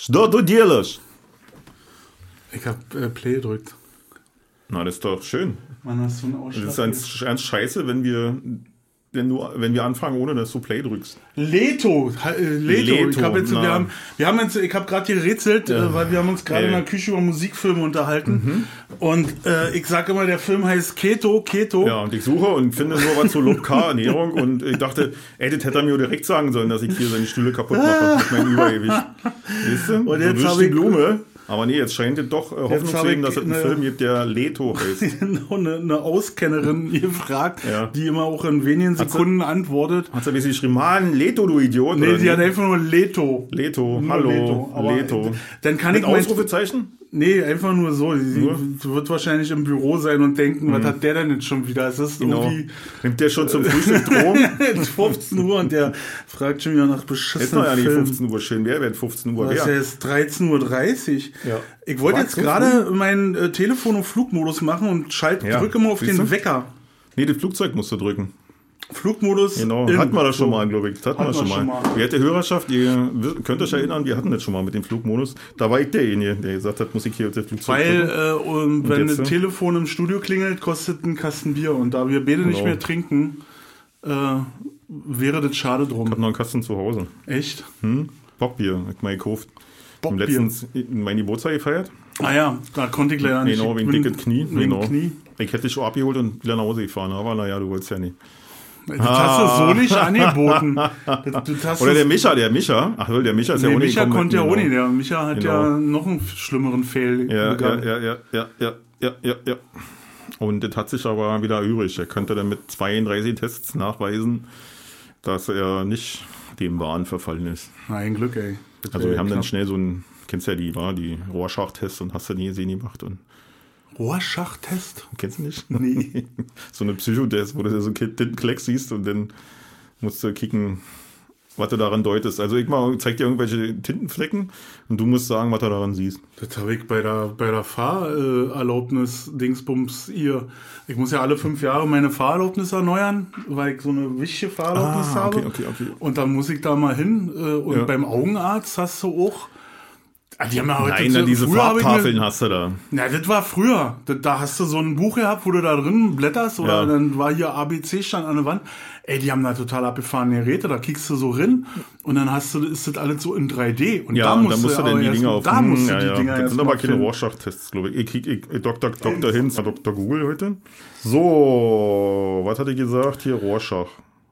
Что du делаешь? Ich habe Play gedrückt. Na, das ist doch schön. Mann, hast du einen Ausschlag? Das ist ganz scheiße, wenn wir anfangen, ohne dass du Play drückst. Leto. Ich habe gerade gerätselt, weil wir haben uns gerade in der Küche über Musikfilme unterhalten. Und ich sage immer, der Film heißt Keto. Ja, und ich suche und finde nur was zur Low-Carb-Ernährung und ich dachte, das hätte er mir direkt sagen sollen, dass ich hier seine Stühle kaputt mache mit meinem Übergewicht. Weißt du? Und jetzt habe ich die Blume. Aber nee, jetzt scheint es doch Hoffnung zu geben, dass es einen Film gibt, der Leto heißt. eine Auskennerin gefragt, die immer auch in wenigen Sekunden antwortet. Hat sie ein bisschen geschrieben, Mann, Leto, du Idiot? Nee, sie hat einfach nur Leto. Hallo, Leto. Dann kann mit ich Ausrufezeichen? Nee, einfach nur so. Sie wird wahrscheinlich im Büro sein und denken, was hat der denn jetzt schon wieder? Es ist irgendwie... Nimmt der schon zum Frühstück Drogen? 15 Uhr und der fragt schon wieder nach beschissenen Film. Ist noch ja nicht 15 Uhr schön. Wer wird 15 Uhr? Das ist ja jetzt 13.30 Uhr. Ja. Ich wollte jetzt gerade mein Telefon auf Flugmodus machen und drücke mal auf den Wecker. Nee, das Flugzeug musst du drücken. Flugmodus. Genau, hatten wir das schon mal, glaube ich. Das hatten wir schon mal. Werte Hörerschaft, ihr könnt euch erinnern, wir hatten das schon mal mit dem Flugmodus. Da war ich derjenige, der gesagt hat, muss ich hier auf das Flugzeug drücken. Weil, wenn das Telefon im Studio klingelt, kostet ein Kasten Bier. Und da wir beide nicht mehr trinken, wäre das schade drum. Ich habe noch einen Kasten zu Hause. Echt? Bockbier, ich mal gekauft. Letztens mein Geburtstag gefeiert. Ah ja, da konnte ich leider nicht. Genau, wegen dickes Knie. Knie. Ich hätte dich schon abgeholt und wieder nach Hause gefahren, aber naja, du wolltest ja nicht. Das hast du so nicht angeboten. Oder der Micha. Ach, der Micha ist ja ohne. Der Micha konnte ja ohne. Der Micha hat ja noch einen schlimmeren Fail begangen. Ja. Und das hat sich aber wieder übrig. Er könnte dann mit 32 Tests nachweisen, dass er nicht dem Wahn verfallen ist. Ein Glück, ey. Also wir haben dann schnell so ein, kennst ja die Rorschach-Tests und hast du nie gesehen gemacht und Rorschach-Test? Kennst du nicht? Nee. So eine Psychotest, wo du so einen Tintenkleck siehst und dann musst du kicken, was du daran deutest. Also ich zeig dir irgendwelche Tintenflecken und du musst sagen, was du daran siehst. Das habe ich bei der Fahrerlaubnis-Dingsbums hier. Ich muss ja alle 5 Jahre meine Fahrerlaubnis erneuern, weil ich so eine wichtige Fahrerlaubnis habe. Okay. Und dann muss ich da mal hin. Und beim Augenarzt hast du auch... Die haben ja heute diese Farbtafeln hast du da. Na, das war früher. Da hast du so ein Buch gehabt, wo du da drin blätterst oder dann war hier ABC stand an der Wand. Ey, die haben da total abgefahrene Geräte, da kickst du so rein und dann ist das alles so in 3D. Und da musst du dann die Dinger auf. Das sind aber keine Rorschach-Tests, glaube ich. Ich krieg Dr. Hinz, Dr. Google heute. So, was hat er gesagt? Hier, Rorschach.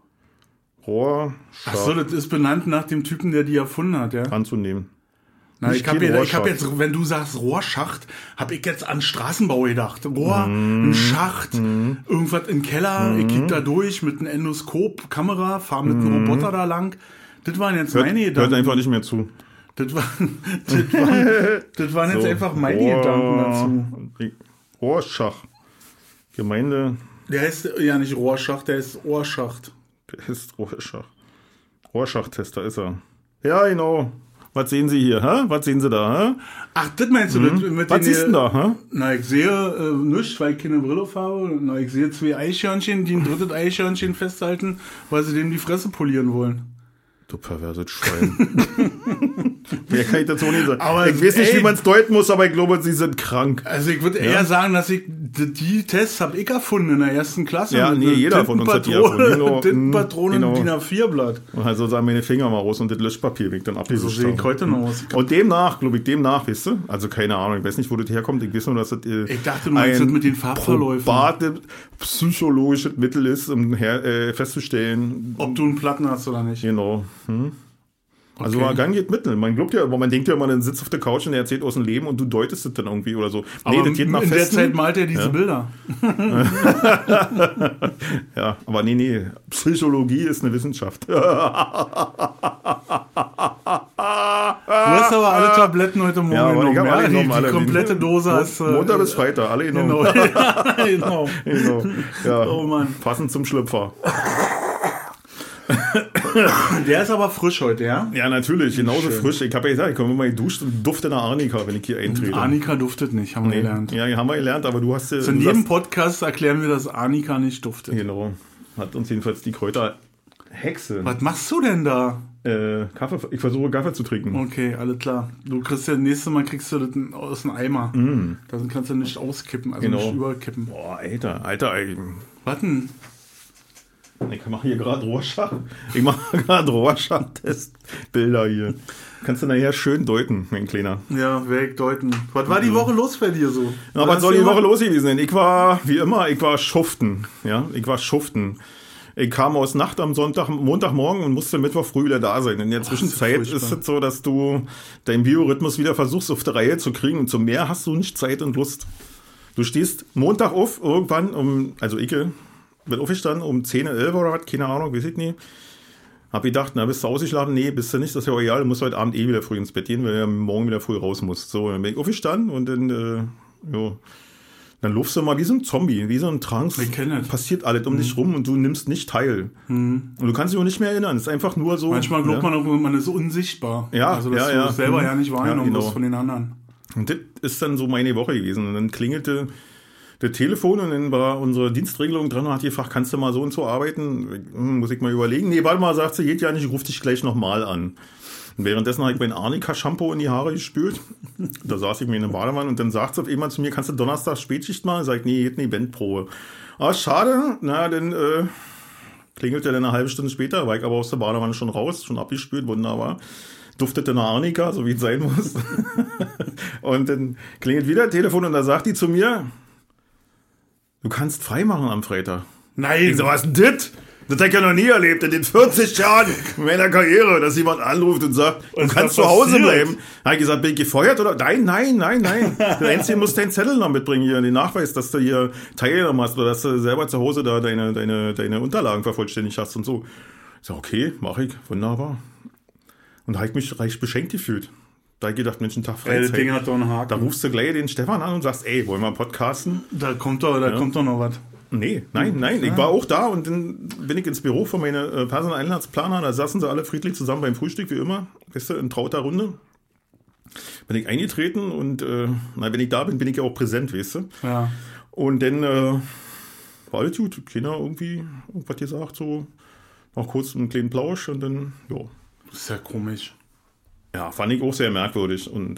Achso, das ist benannt nach dem Typen, der die erfunden hat, ja? Anzunehmen. Na, ich hab jetzt, wenn du sagst Rohrschacht, hab ich jetzt an Straßenbau gedacht. Ein Schacht, irgendwas im Keller, ich krieg da durch mit einem Endoskop, Kamera, fahr mit einem Roboter da lang. Das waren jetzt meine Gedanken. Hört einfach nicht mehr zu. Das waren jetzt so, einfach meine Gedanken dazu. Rorschach. Gemeinde. Der heißt ja nicht Rohrschacht, der ist Ohrschacht. Der ist Rorschach. Rorschach-Tester ist er. Ja, genau. Was sehen Sie hier, hä? Was sehen Sie da, hä? Ach, das meinst du? Mit was siehst du da, hä? Na, ich sehe nichts, weil ich keine Brille auf habe. Na, ich sehe 2 Eichhörnchen, die ein drittes Eichhörnchen festhalten, weil sie dem die Fresse polieren wollen. Du perverses Schwein. Mehr kann ich dazu nicht sagen. Aber ich weiß nicht, wie man es deuten muss, aber ich glaube, sie sind krank. Also ich würde eher sagen, dass die Tests habe ich erfunden in der 1. Klasse. Ja, nee, jeder von uns hat die erfunden. Tintenpatronen und DIN A4-Blatt. Also sagen meine Finger mal raus und das Löschpapier weg dann abgewischt. So sehe ich heute noch aus. Und demnach, weißt du, also keine Ahnung, ich weiß nicht, wo das herkommt, ich weiß nur, dass das ich dachte, du meinst das mit den Farbverläufen. Ein psychologisches Mittel ist, um festzustellen, ob du einen Platten hast oder nicht. Genau. Also Gang geht Mittel. Man glaubt ja, man denkt ja immer, man sitzt auf der Couch und er erzählt aus dem Leben und du deutest es dann irgendwie oder so. Aber das geht nach in Festen. Der Zeit malt er diese Bilder. Ja, aber nee. Psychologie ist eine Wissenschaft. Du hast aber alle Tabletten heute Morgen genommen. Ja, die komplette Dose hast du. Montag bis Freitag, alle genommen. Genau. Ja. Oh Mann. Passend zum Schlüpfer. Der ist aber frisch heute, ja? Ja, natürlich, genauso frisch. Ich habe ja gesagt, ich komme mal geduscht und dufte nach Arnika, wenn ich hier eintrete. Arnika duftet nicht, haben wir gelernt. Ja, haben wir gelernt, aber du hast ja... Zu jedem Podcast erklären wir, dass Arnika nicht duftet. Genau. Hat uns jedenfalls die Kräuterhexe. Was machst du denn da? Kaffee, ich versuche Kaffee zu trinken. Okay, alles klar. Du kriegst ja, nächstes Mal kriegst du das aus dem Eimer. Da kannst du nicht auskippen, also nicht überkippen. Boah, Alter. Was denn? Ich mache hier gerade Rorschach-Testbilder hier. Kannst du nachher schön deuten, mein Kleiner. Ja, wegdeuten. Was war die Woche los bei dir so? Na, was soll die Woche los gewesen sein? Ich war schuften. Ja, Ich kam aus Nacht am Montagmorgen und musste Mittwoch früh wieder da sein. In der Zwischenzeit ist es so, dass du deinen Biorhythmus wieder versuchst auf der Reihe zu kriegen. Und zum mehr hast du nicht Zeit und Lust. Du stehst Montag auf, irgendwann ich bin aufgestanden um 10, 11 oder was, keine Ahnung, weiß ich nicht. Hab gedacht, bist du ausgeschlafen? Nee, bist du nicht, das ist ja egal, du musst heute Abend wieder früh ins Bett gehen, weil du ja morgen wieder früh raus musst. So, dann bin ich aufgestanden und dann, dann laufst du mal wie so ein Zombie, wie so ein Trance. Ich kenne das. Passiert alles um dich rum und du nimmst nicht teil. Und du kannst dich auch nicht mehr erinnern, es ist einfach nur so. Manchmal glaubt man auch, man ist unsichtbar. Ja, also, dass du selber ja nicht wahrgenommen wirst von den anderen. Und das ist dann so meine Woche gewesen. Und dann klingelte das Telefon und dann war unsere Dienstregelung dran und hat gefragt, kannst du mal so und so arbeiten? Muss ich mal überlegen. Nee, warte mal, sagt sie, geht ja nicht, ich rufe dich gleich nochmal an. Und währenddessen habe ich mein Arnika-Shampoo in die Haare gespült. Da saß ich mir in der Badewanne und dann sagt sie auf einmal zu mir, kannst du Donnerstag Spätschicht machen? Sag ich, nee, geht eine Eventprobe. Schade. Na, dann klingelte dann eine halbe Stunde später, war ich aber aus der Badewanne schon raus, schon abgespült, wunderbar. Duftete nach Arnika, so wie es sein muss. Und dann klingelt wieder das Telefon und da sagt die zu mir, du kannst frei machen am Freitag. Nein. Ich so, was ist denn das? Das habe ich ja noch nie erlebt in den 40 Jahren meiner Karriere, dass jemand anruft und sagt, du kannst zu Hause bleiben. Da habe ich gesagt, bin ich gefeuert oder? Nein. Du einzige musst deinen Zettel noch mitbringen hier, den Nachweis, dass du hier teilgenommen hast oder dass du selber zu Hause da deine Unterlagen vervollständigt hast und so. Ich so, okay, mache ich, wunderbar. Und da habe ich mich reich beschenkt gefühlt. Da habe ich gedacht, Mensch, ein Tag Freizeit. Das Ding hat doch einen Haken. Da rufst du gleich den Stefan an und sagst, ey, wollen wir podcasten? Da kommt doch noch was. Nee, nein. Ich war auch da und dann bin ich ins Büro von meinen Personaleinheitsplaner. Da saßen sie alle friedlich zusammen beim Frühstück, wie immer. Weißt du, in trauter Runde. Bin ich eingetreten und wenn ich da bin ich ja auch präsent, weißt du. Ja. Und dann war alles gut. Keiner irgendwie irgendwas gesagt, so noch kurz einen kleinen Plausch und dann, ja. Das ist ja komisch. Ja, fand ich auch sehr merkwürdig und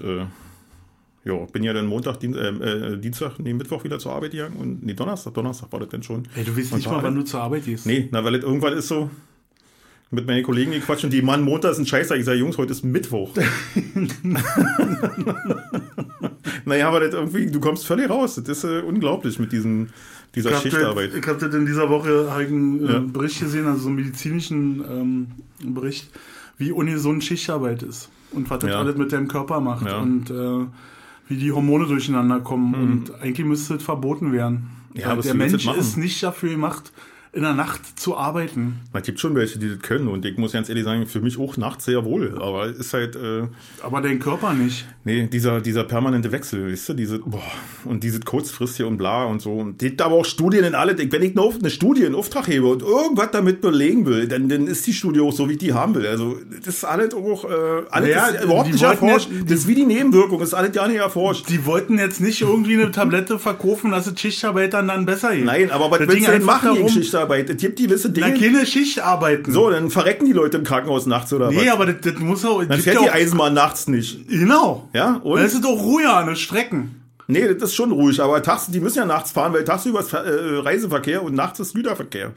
bin ja dann Dienstag, Mittwoch wieder zur Arbeit gegangen und Donnerstag war das dann schon. Ey, du weißt nicht mal, wann du zur Arbeit gehst. Nee, weil das irgendwann ist so, mit meinen Kollegen gequatscht und die Mann, Montag ist ein Scheißtag. Ich sage, Jungs, heute ist Mittwoch. Naja, aber das irgendwie, du kommst völlig raus. Das ist unglaublich mit dieser Schichtarbeit. Ich habe das in dieser Woche einen Bericht gesehen, also so einen medizinischen Bericht, wie ungesund Schichtarbeit ist und was das alles mit deinem Körper macht und wie die Hormone durcheinander kommen. Und eigentlich müsste das verboten werden. Ja, weil der Mensch ist nicht dafür gemacht, in der Nacht zu arbeiten. Man gibt schon welche, die das können und ich muss ganz ehrlich sagen, für mich auch nachts sehr wohl, aber es ist halt... aber dein Körper nicht. Nee, dieser permanente Wechsel, weißt du, diese kurzfristige und bla und so. Und es gibt aber auch Studien in alle, wenn ich eine Studie in Auftrag hebe und irgendwas damit belegen will, dann ist die Studie auch so, wie ich die haben will. Also das ist alles auch, ist überhaupt nicht erforscht. Das ist wie die Nebenwirkung, das ist alles gar nicht erforscht. Die wollten jetzt nicht irgendwie eine Tablette verkaufen, dass es Schichtarbeitern dann besser geht. Nein, aber was willst du denn machen gegen Schichtarbeit? Es gibt gewisse Dinge. Na, keine Schichtarbeiten. So, dann verrecken die Leute im Krankenhaus nachts oder was? Nee, aber das muss auch... Dann fährt die Eisenbahn nachts nicht. Genau. Ja, und? Das ist doch ruhiger an den Strecken. Nee, das ist schon ruhig, aber die müssen ja nachts fahren, weil tagsüber ist Reiseverkehr und nachts ist Güterverkehr.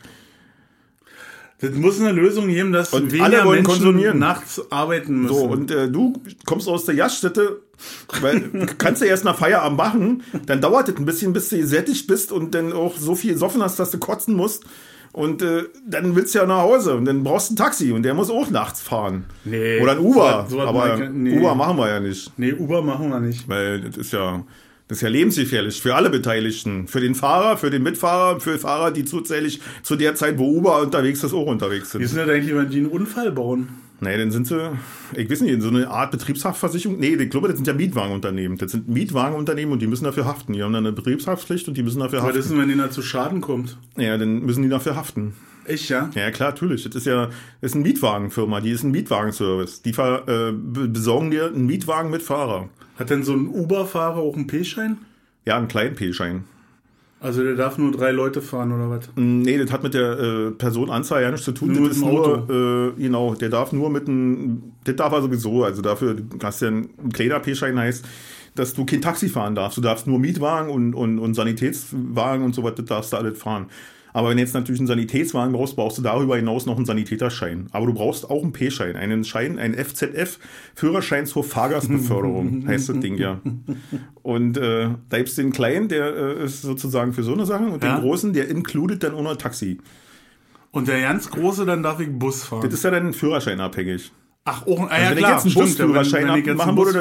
Das muss eine Lösung geben, dass und weniger alle wollen Menschen konsumieren. Nachts arbeiten müssen. So, und du kommst aus der Gaststätte, weil kannst du erst nach Feierabend machen, dann dauert es ein bisschen, bis du gesättigt bist und dann auch so viel gesoffen hast, dass du kotzen musst. Und dann willst du ja nach Hause und dann brauchst du ein Taxi und der muss auch nachts fahren. Nee. Oder ein Uber. So aber Uber machen wir ja nicht. Nee, Uber machen wir nicht. Weil das ist ja lebensgefährlich für alle Beteiligten. Für den Fahrer, für den Mitfahrer, für Fahrer, die zuzählig zu der Zeit, wo Uber unterwegs ist, auch unterwegs sind. Wie ist denn das eigentlich, wenn die einen Unfall bauen? Nee, dann sind sie, ich weiß nicht, in so eine Art Betriebshaftversicherung. Nee, ich glaube, das sind ja Mietwagenunternehmen. Das sind Mietwagenunternehmen und die müssen dafür haften. Die haben dann eine Betriebshaftpflicht und die müssen dafür haften. Was ist denn, wenn denen da zu Schaden kommt? Ja, dann müssen die dafür haften. Echt, ja? Ja, klar, natürlich. Das ist eine Mietwagenfirma, die ist ein Mietwagenservice. Die besorgen dir einen Mietwagen mit Fahrer. Hat denn so ein Uber-Fahrer auch einen P-Schein? Ja, einen kleinen P-Schein. Also der darf nur 3 Leute fahren, oder was? Nee, das hat mit der Personenanzahl ja nichts zu tun. Nur das ist mit dem nur, genau, der darf nur das darf er sowieso, also dafür hast du ja einen kleiner P-Schein, heißt, dass du kein Taxi fahren darfst. Du darfst nur Mietwagen und Sanitätswagen und so was, das darfst du alles fahren. Aber wenn du jetzt natürlich einen Sanitätswagen brauchst, brauchst du darüber hinaus noch einen Sanitäterschein. Aber du brauchst auch einen P-Schein, einen FZF, Führerschein zur Fahrgastbeförderung, heißt das Ding ja. Und da gibt es den Kleinen, der ist sozusagen für so eine Sache, und den Großen, der included dann ohne Taxi. Und der ganz Große, dann darf ich Bus fahren. Das ist ja dann führerscheinabhängig. Ach, auch, also wenn klar, ich jetzt einen Busführerschein machen würde,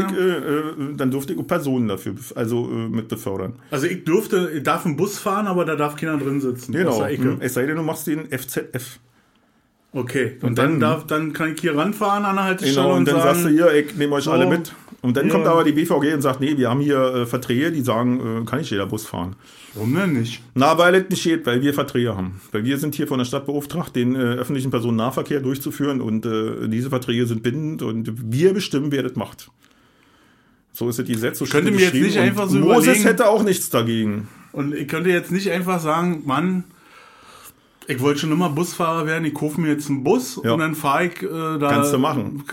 dann dürfte ich Personen dafür, mit befördern. Also ich darf einen Bus fahren, aber da darf keiner drin sitzen. Genau, es sei denn, du machst den FZF. Okay, und dann kann ich hier ranfahren an der Haltestelle. Genau, und dann sagen, sagst du hier, ich nehme euch alle mit. Und dann kommt aber die BVG und sagt, nee, wir haben hier Verträge, die sagen, kann nicht jeder Bus fahren. Warum denn nicht? Na, weil es nicht geht, weil wir Verträge haben. Weil wir sind hier von der Stadt beauftragt, den öffentlichen Personennahverkehr durchzuführen, und diese Verträge sind bindend und wir bestimmen, wer das macht. So ist das Gesetz. So könnte mir jetzt nicht einfach so Moses überlegen, hätte auch nichts dagegen. Und ich könnte jetzt nicht einfach sagen, Mann, ich wollte schon immer Busfahrer werden, ich kaufe mir jetzt einen Bus und dann fahre ich da. Kannst du machen.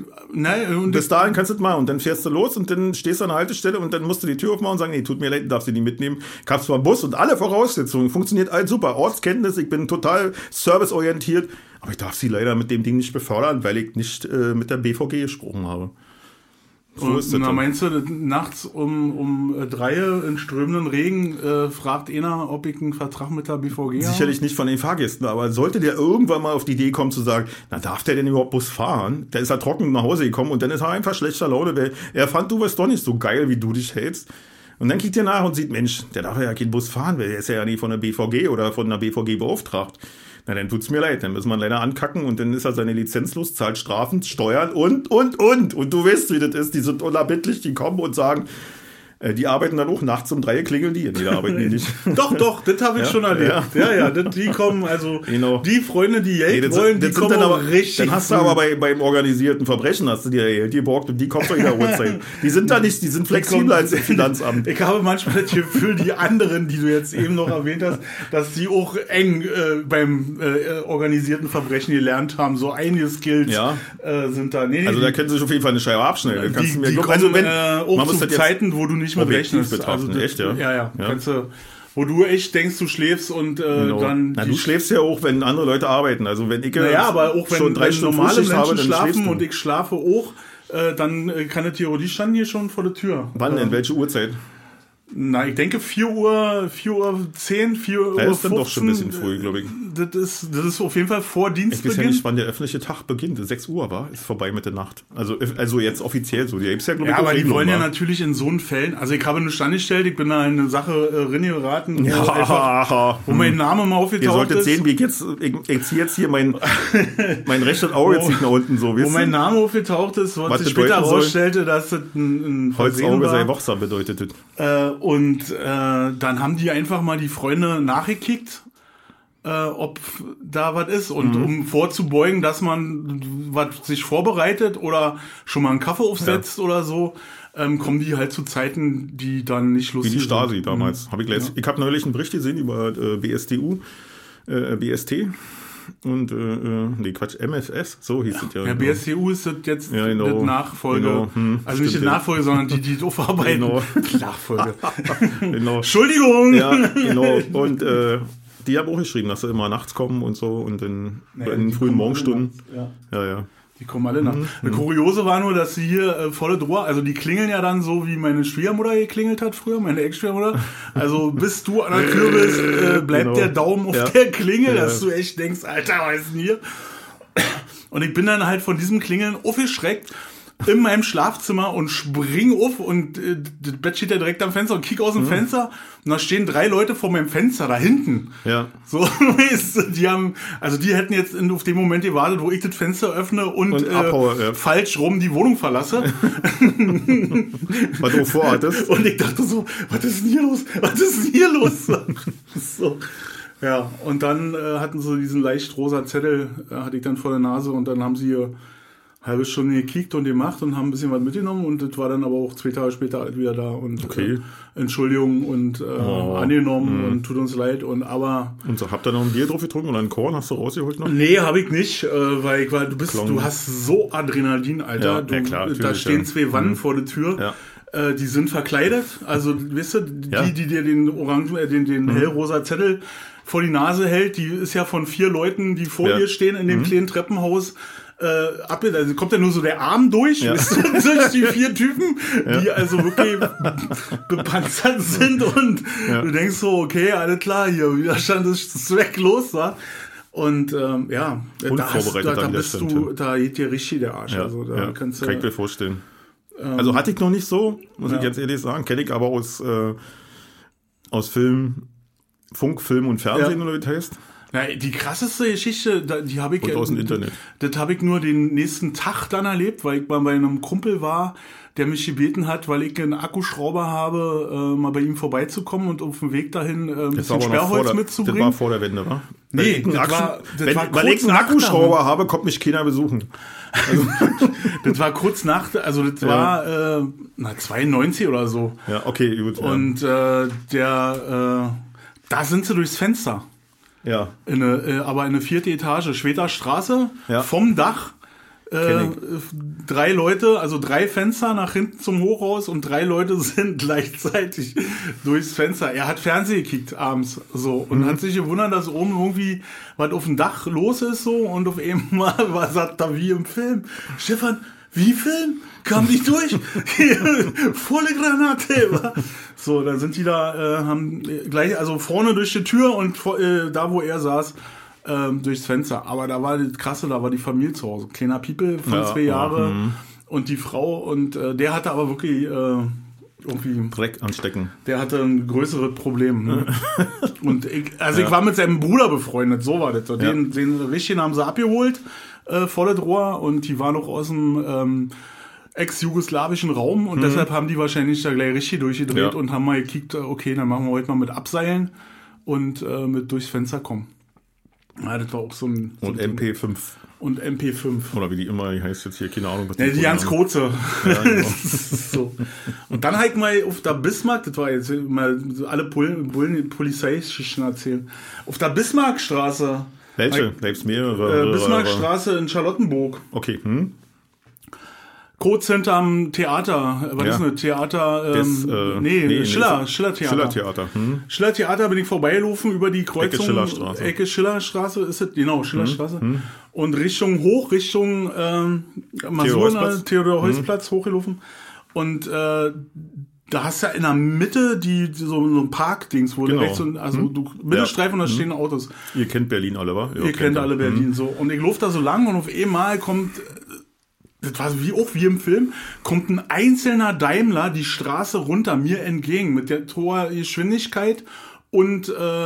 Und bis dahin kannst du das machen und dann fährst du los und dann stehst du an der Haltestelle und dann musst du die Tür aufmachen und sagen, nee, tut mir leid, darfst du nicht mitnehmen. Ich hab zwar einen Bus und alle Voraussetzungen, funktioniert alles super. Ortskenntnis, ich bin total serviceorientiert, aber ich darf sie leider mit dem Ding nicht befördern, weil ich nicht mit der BVG gesprochen habe. So ist das. Meinst du, nachts um 3 in strömenden Regen fragt einer, ob ich einen Vertrag mit der BVG habe? Sicherlich nicht von den Fahrgästen, aber sollte der irgendwann mal auf die Idee kommen zu sagen, na, darf der denn überhaupt Bus fahren? Der ist ja trocken nach Hause gekommen und dann ist er einfach schlechter Laune, weil er fand, du warst doch nicht so geil, wie du dich hältst. Und dann kriegt er nach und sieht, Mensch, der darf ja keinen Bus fahren, weil der ist ja nicht von der BVG oder von der BVG beauftragt. Na, dann tut's mir leid, dann müssen wir leider ankacken und dann ist er seine Lizenz los, zahlt Strafen, Steuern und. Und du weißt, wie das ist, die sind unerbittlich, die kommen und sagen, die arbeiten dann auch nachts um 3, klingeln die. Nee, da arbeiten die nicht. Doch, das habe ich schon erlebt. Ja, die kommen, also die Freunde, die Geld wollen, die kommen dann aber richtig. Dann hast du aber beim organisierten Verbrechen hast du dir Geld geborgt und die kommen zu jeder Uhrzeit. Die sind da nicht, die sind flexibler als das Finanzamt. Ich habe manchmal das Gefühl, die anderen, die du jetzt eben noch erwähnt hast, dass die auch eng beim organisierten Verbrechen gelernt haben. So einige Skills sind da. Nee, also da können sie sich auf jeden Fall eine Scheibe abschneiden. Die kommen auch zu Zeiten, wo du nicht mehr rechnest. Betrachten, also, echt, ja. Ja. Kannst du, wo du echt denkst, du schläfst und dann. Na, du schläfst ja auch, wenn andere Leute arbeiten. Also wenn ich aber auch wenn, schon 3 Stunden normale Menschen habe, schlafen und ich schlafe auch, dann kann es hier, die standen hier schon vor der Tür. Wann denn? Welche Uhrzeit? Na, ich denke 4 Uhr 10, 4 Uhr 15. Das ist dann doch schon ein bisschen früh, glaube ich. Das ist auf jeden Fall vor Dienstbeginn. Ich weiß ja nicht, wann der öffentliche Tag beginnt. 6 Uhr war, ist vorbei mit der Nacht. Also jetzt offiziell so. Die gibt's ja, glaube ich, aber die wollen ja natürlich in so einen Fällen, also ich habe nur angestellt, ich bin da in eine Sache geraten, wo mein Name mal aufgetaucht ist. Ihr solltet sehen, wie ich ziehe jetzt hier mein rechtes Auge zieht nach unten so. Wo mein Name aufgetaucht ist, was sich später herausstellte, dass das ein Holzauge sei wachsam bedeutet. Und dann haben die einfach mal die Freunde nachgekickt, ob da was ist. Und um vorzubeugen, dass man was sich vorbereitet oder schon mal einen Kaffee aufsetzt oder so, kommen die halt zu Zeiten, die dann nicht lustig sind. Wie die Stasi damals. Ich habe neulich einen Bericht gesehen über BST. Und, MFS, so hieß es ja. Ja, BSTU ist das jetzt das Nachfolge. Also nicht die Nachfolge, sondern die aufarbeiten. Nachfolge. Entschuldigung! Ja, genau. Und die haben auch geschrieben, dass sie immer nachts kommen und so und in den frühen Morgenstunden. Ja. Die kommen alle nach. Das Kuriose war nur, dass sie hier volle Droh, also die klingeln ja dann so, wie meine Schwiegermutter geklingelt hat früher, meine Ex-Schwiegermutter. Also bis du an der Tür bist, bleibt der Daumen auf der Klingel, dass du echt denkst, Alter, was ist denn hier? Und ich bin dann halt von diesem Klingeln aufgeschreckt in meinem Schlafzimmer und spring auf und das Bett steht ja direkt am Fenster und kick aus dem Fenster und da stehen 3 Leute vor meinem Fenster da hinten. Ja. So, die hätten jetzt auf den Moment gewartet, wo ich das Fenster öffne und abhaue, falsch rum die Wohnung verlasse. Was du vorhattest. Und ich dachte so, was ist denn hier los? So. Ja, und dann hatten sie diesen leicht rosa Zettel, hatte ich dann vor der Nase und dann haben sie halbe Stunde gekickt und gemacht und haben ein bisschen was mitgenommen und das war dann aber auch 2 Tage später halt wieder da und Entschuldigung und angenommen und tut uns leid und aber... Und so, habt ihr noch ein Bier drauf getrunken oder einen Korn? Hast du rausgeholt noch? Nee, habe ich nicht, weil du hast so Adrenalin, Alter. Ja, klar, da stehen 2 Wannen vor der Tür. Ja. Die sind verkleidet, also weißt du, die dir den den hellrosa Zettel vor die Nase hält, die ist ja von 4 Leuten, die vor dir stehen in dem kleinen Treppenhaus. Also kommt ja nur so der Arm durch, weißt du, durch die 4 Typen, die also wirklich bepanzert sind und du denkst so, okay, alles klar, hier, Widerstand ist zwecklos, da. Und da geht dir richtig der Arsch. Ja, also da kannst du, kann ich mir vorstellen. Also hatte ich noch nicht so, muss ich jetzt ehrlich sagen, kenne ich aber aus Film, Funk, Film und Fernsehen oder wie das heißt. Ja, die krasseste Geschichte, die habe ich und aus dem Internet. Das habe ich nur den nächsten Tag dann erlebt, weil ich mal bei einem Kumpel war, der mich gebeten hat, weil ich einen Akkuschrauber habe, mal bei ihm vorbeizukommen und auf dem Weg dahin ein bisschen Sperrholz mitzubringen. Das war vor der Wende, wa? Nee, weil ich einen Akkuschrauber habe, kommt mich keiner besuchen. Also, das war kurz nach, also das war 92 oder so. Ja, okay, gut. Und da sind sie durchs Fenster. Ja. Aber in eine 4. Etage, Schweder Straße, vom Dach. 3 Leute, also 3 Fenster nach hinten zum Hochhaus und 3 Leute sind gleichzeitig durchs Fenster. Er hat Fernsehen gekickt abends so und hat sich gewundert, dass oben irgendwie was auf dem Dach los ist so und auf einmal sagt da wie im Film. Stefan, wie Film? Kam nicht durch? Volle Granate. So, dann sind die da, haben gleich, also vorne durch die Tür und da, wo er saß, durchs Fenster. Aber da war das Krasse, da war die Familie zu Hause. Kleiner Piepel von 2 Jahre und die Frau und der hatte aber wirklich irgendwie Dreck anstecken. Der hatte ein größeres Problem. Ne? Und ich war mit seinem Bruder befreundet, so war das. Den Richtchen haben sie abgeholt, volles Rohr und die waren noch aus dem ex-jugoslawischen Raum und deshalb haben die wahrscheinlich da gleich richtig durchgedreht und haben mal gekickt, okay, dann machen wir heute mal mit Abseilen und mit durchs Fenster kommen. Ja, das war auch so ein... Und MP5. Und MP5. Oder wie die immer, die heißt jetzt hier, keine Ahnung. Was die ganz kurze. Ja, genau. So. Und dann halt mal auf der Bismarck, das war jetzt mal so alle Polizeischichten erzählen. Auf der Bismarckstraße. Welche? Selbst mehrere. Bismarckstraße in Charlottenburg. Okay. Kurz hinterm Theater. Was ist denn Theater? Schiller-Theater. Schiller-Theater. Schiller-Theater bin ich vorbeigelaufen über die Kreuzung. Schillerstraße. Ecke Schillerstraße ist es, genau, Schillerstraße. Und Richtung Masur, Theodor-Heuss-Platz hochgelaufen. Und da hast du ja in der Mitte so ein Parkdings, wo du rechts und, Mittelstreifen und da stehen Autos. Ihr kennt Berlin alle, wa? Ihr kennt alle Berlin, so. Und ich laufe da so lang und auf einmal kommt... Das war wie im Film, kommt ein einzelner Daimler die Straße runter mir entgegen mit der hohen Geschwindigkeit und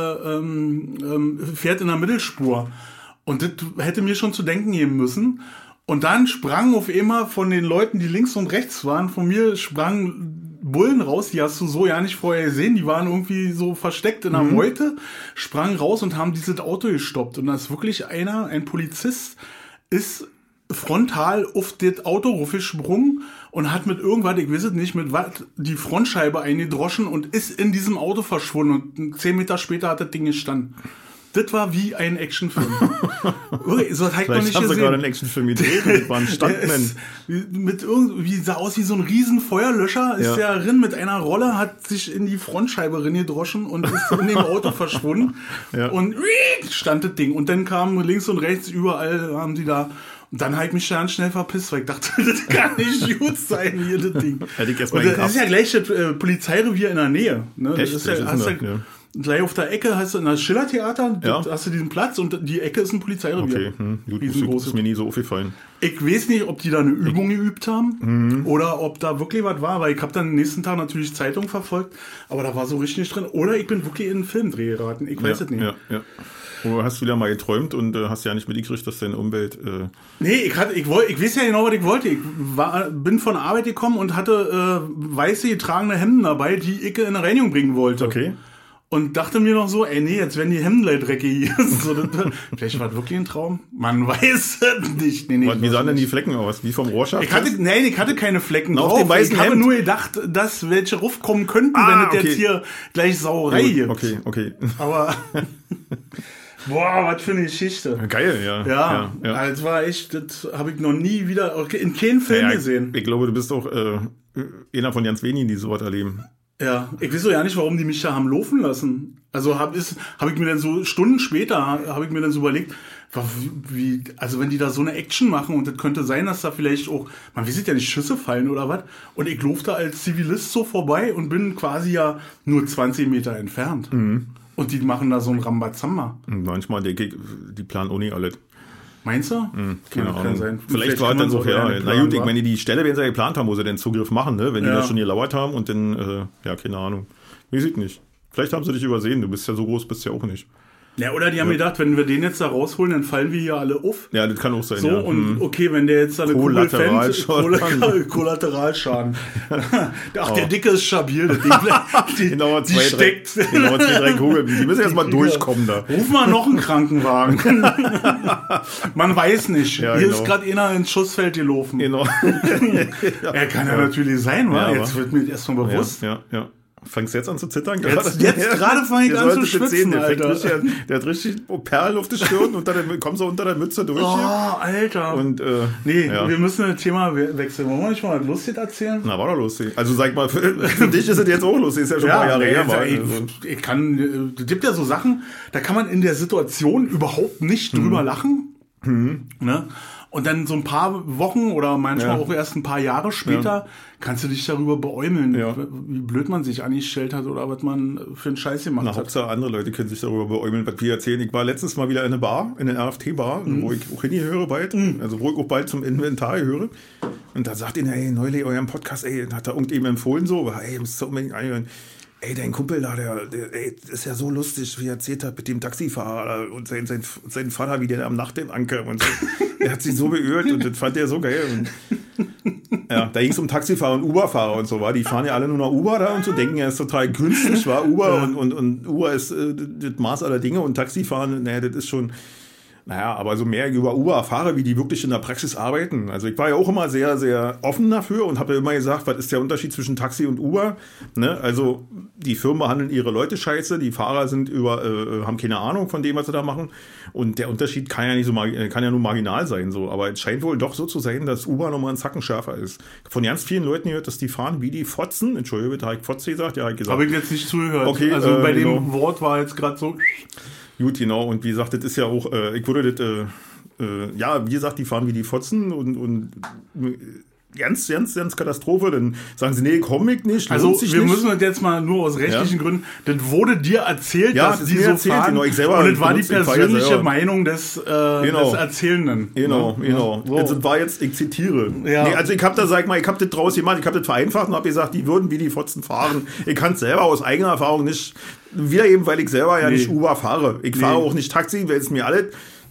fährt in der Mittelspur. Und das hätte mir schon zu denken geben müssen. Und dann sprangen auf einmal von den Leuten, die links und rechts waren, von mir sprangen Bullen raus, die hast du so ja nicht vorher gesehen, die waren irgendwie so versteckt in der Meute, sprangen raus und haben dieses Auto gestoppt. Und da ist wirklich ein Polizist, ist frontal auf das Auto raufgesprungen und hat mit irgendwas, ich weiß es nicht, mit was, die Frontscheibe eingedroschen und ist in diesem Auto verschwunden und 10 Meter später hat das Ding gestanden. Das war wie ein Actionfilm. So hat Vielleicht nicht haben sie gesehen. gerade einen Actionfilm gedreht und das war ein Stuntman. Mit irgendwie sah aus wie so ein riesen Feuerlöscher, ist der drin mit einer Rolle, hat sich in die Frontscheibe reingedroschen und ist in dem Auto verschwunden. Und stand das Ding. Und dann kamen links und rechts überall, haben die da. Und dann habe ich mich dann schnell verpisst, weil ich dachte, das kann nicht gut sein, hier das Ding. Hätte ich erst und mal das ist ja gleich das Polizeirevier in der Nähe. Ne? Echt? Das ist gleich auf der Ecke hast du in das Schiller-Theater, hast du diesen Platz und die Ecke ist ein Polizeirevier. Okay, gut, das ist mir nie so aufgefallen. Ich weiß nicht, ob die da eine Übung geübt haben oder ob da wirklich was war, weil ich habe dann den nächsten Tag natürlich Zeitung verfolgt, aber da war so richtig nicht drin. Oder ich bin wirklich in einen Filmdreh geraten, ich weiß es nicht. Ja. Du hast wieder mal geträumt und hast ja nicht mitgekriegt, dass deine Umwelt... Nee, ich weiß ja genau, was ich wollte. Ich bin von Arbeit gekommen und hatte weiße getragene Hemden dabei, die ich in eine Reinigung bringen wollte. Okay. Und dachte mir noch so, ey, nee, jetzt werden die Hemden gleich dreckig. So, vielleicht war das wirklich ein Traum. Man weiß es nicht. Nee, wie sahen denn die Flecken aus? Wie vom Rohrschaft? Ich hatte keine Flecken drauf. Ich habe nur gedacht, dass welche raufkommen könnten, wenn es jetzt hier gleich Sauerei gibt. Okay. Aber, boah, was für eine Geschichte. Geil, ja. Ja. Das war echt, das habe ich noch nie wieder in keinem Film gesehen. Ich glaube, du bist auch einer von ganz wenigen, die sowas erleben. Ja, ich weiß so ja nicht, warum die mich da haben laufen lassen. Also hab ich mir dann so Stunden später habe ich mir dann so überlegt, also wenn die da so eine Action machen und das könnte sein, dass da vielleicht auch, man weiß ja nicht, Schüsse fallen oder was. Und ich laufe da als Zivilist so vorbei und bin quasi ja nur 20 Meter entfernt. Mhm. Und die machen da so ein Rambazamba. Manchmal denke ich, die planen auch nicht alles. Meinst du? Keine Ahnung. Kann sein. Vielleicht war es dann so, ja. Na gut, ich meine, die Stelle, wenn sie ja geplant haben, wo sie den Zugriff machen, ne? Wenn die das schon gelauert haben und dann, keine Ahnung. Ich weiß nicht. Vielleicht haben sie dich übersehen, du bist ja so groß, bist ja auch nicht. Ja, oder die haben gedacht, wenn wir den jetzt da rausholen, dann fallen wir hier alle auf. Ja, das kann auch sein, so, ja. Und okay, wenn der jetzt da eine Kugel fängt, Kollateralschaden. Ach, der Dicke ist stabil, die steckt. 2-3 Kugeln, die müssen erst mal durchkommen da. Ruf mal noch einen Krankenwagen. Man weiß nicht. Ja, hier ist gerade einer ins Schussfeld gelaufen. Genau. Er kann ja natürlich sein, wa? Jetzt wird mir erst mal bewusst. Ja. Fangst du jetzt an zu zittern? Jetzt gerade fange ich an zu schwitzen, Alter. Der hat richtig Perlen auf die Stirn und dann kommst du unter der Mütze durch. Oh, Alter. Und, wir müssen das Thema wechseln. Wollen wir nicht mal was lustig erzählen? Na, war doch lustig. Also sag mal, für dich ist es jetzt auch lustig. Ist ja schon ein paar Jahre her. Es gibt ja so Sachen, da kann man in der Situation überhaupt nicht drüber lachen. Ne? Und dann so ein paar Wochen oder manchmal auch erst ein paar Jahre später kannst du dich darüber beäumeln, wie blöd man sich angestellt hat oder was man für einen Scheiß gemacht hat. Hauptsache andere Leute können sich darüber beäumeln, was wir erzählen. Ich war letztens mal wieder in einer Bar, in einer RFT-Bar, wo ich auch hingehöre bald, also wo ich auch bald zum Inventar gehöre. Und da sagt ihn, ey, neulich euren Podcast, ey, hat da irgendjemand empfohlen so, ey, musst du unbedingt einhören. Ey, dein Kumpel da, der ist ja so lustig, wie er erzählt hat mit dem Taxifahrer und sein Vater, wie der am Nacht ankam und so. Der hat sich so beirrt und das fand er so geil. Und, da ging es um Taxifahrer und Uber-Fahrer und so, war. Die fahren ja alle nur noch Uber da und so, denken, er ist total günstig, war Uber und Uber ist das Maß aller Dinge und Taxifahren, das ist schon... Naja, aber so mehr über Uber erfahre, wie die wirklich in der Praxis arbeiten. Also ich war ja auch immer sehr, sehr offen dafür und habe ja immer gesagt, was ist der Unterschied zwischen Taxi und Uber? Ne? Also die Firmen behandeln ihre Leute scheiße, die Fahrer sind haben keine Ahnung von dem, was sie da machen. Und der Unterschied kann ja nur marginal sein. So. Aber es scheint wohl doch so zu sein, dass Uber nochmal einen Zacken schärfer ist. Von ganz vielen Leuten gehört, dass die fahren wie die Fotzen. Entschuldigung, bitte, habe ich Fotze gesagt? Ja, habe ich gesagt. Habe ich jetzt nicht zugehört. Okay, also bei dem Wort war jetzt gerade so... Gut, genau. Und wie gesagt, das ist ja auch, ich würde das, wie gesagt, die fahren wie die Fotzen und ganz Katastrophe. Dann sagen sie, nee, komm ich nicht. Also wir müssen das jetzt mal nur aus rechtlichen Gründen, das wurde dir erzählt, dass die so fahren. Genau, ich selber und das war die persönliche Meinung des Erzählenden. Genau. So. Das war jetzt, ich zitiere. Ja. Nee, also ich habe das draus gemacht, ich habe das vereinfacht und habe gesagt, die würden wie die Fotzen fahren. Ich kann es selber aus eigener Erfahrung nicht, wieder eben, weil ich selber nicht Uber fahre. Ich fahre auch nicht Taxi, weil es mir alles...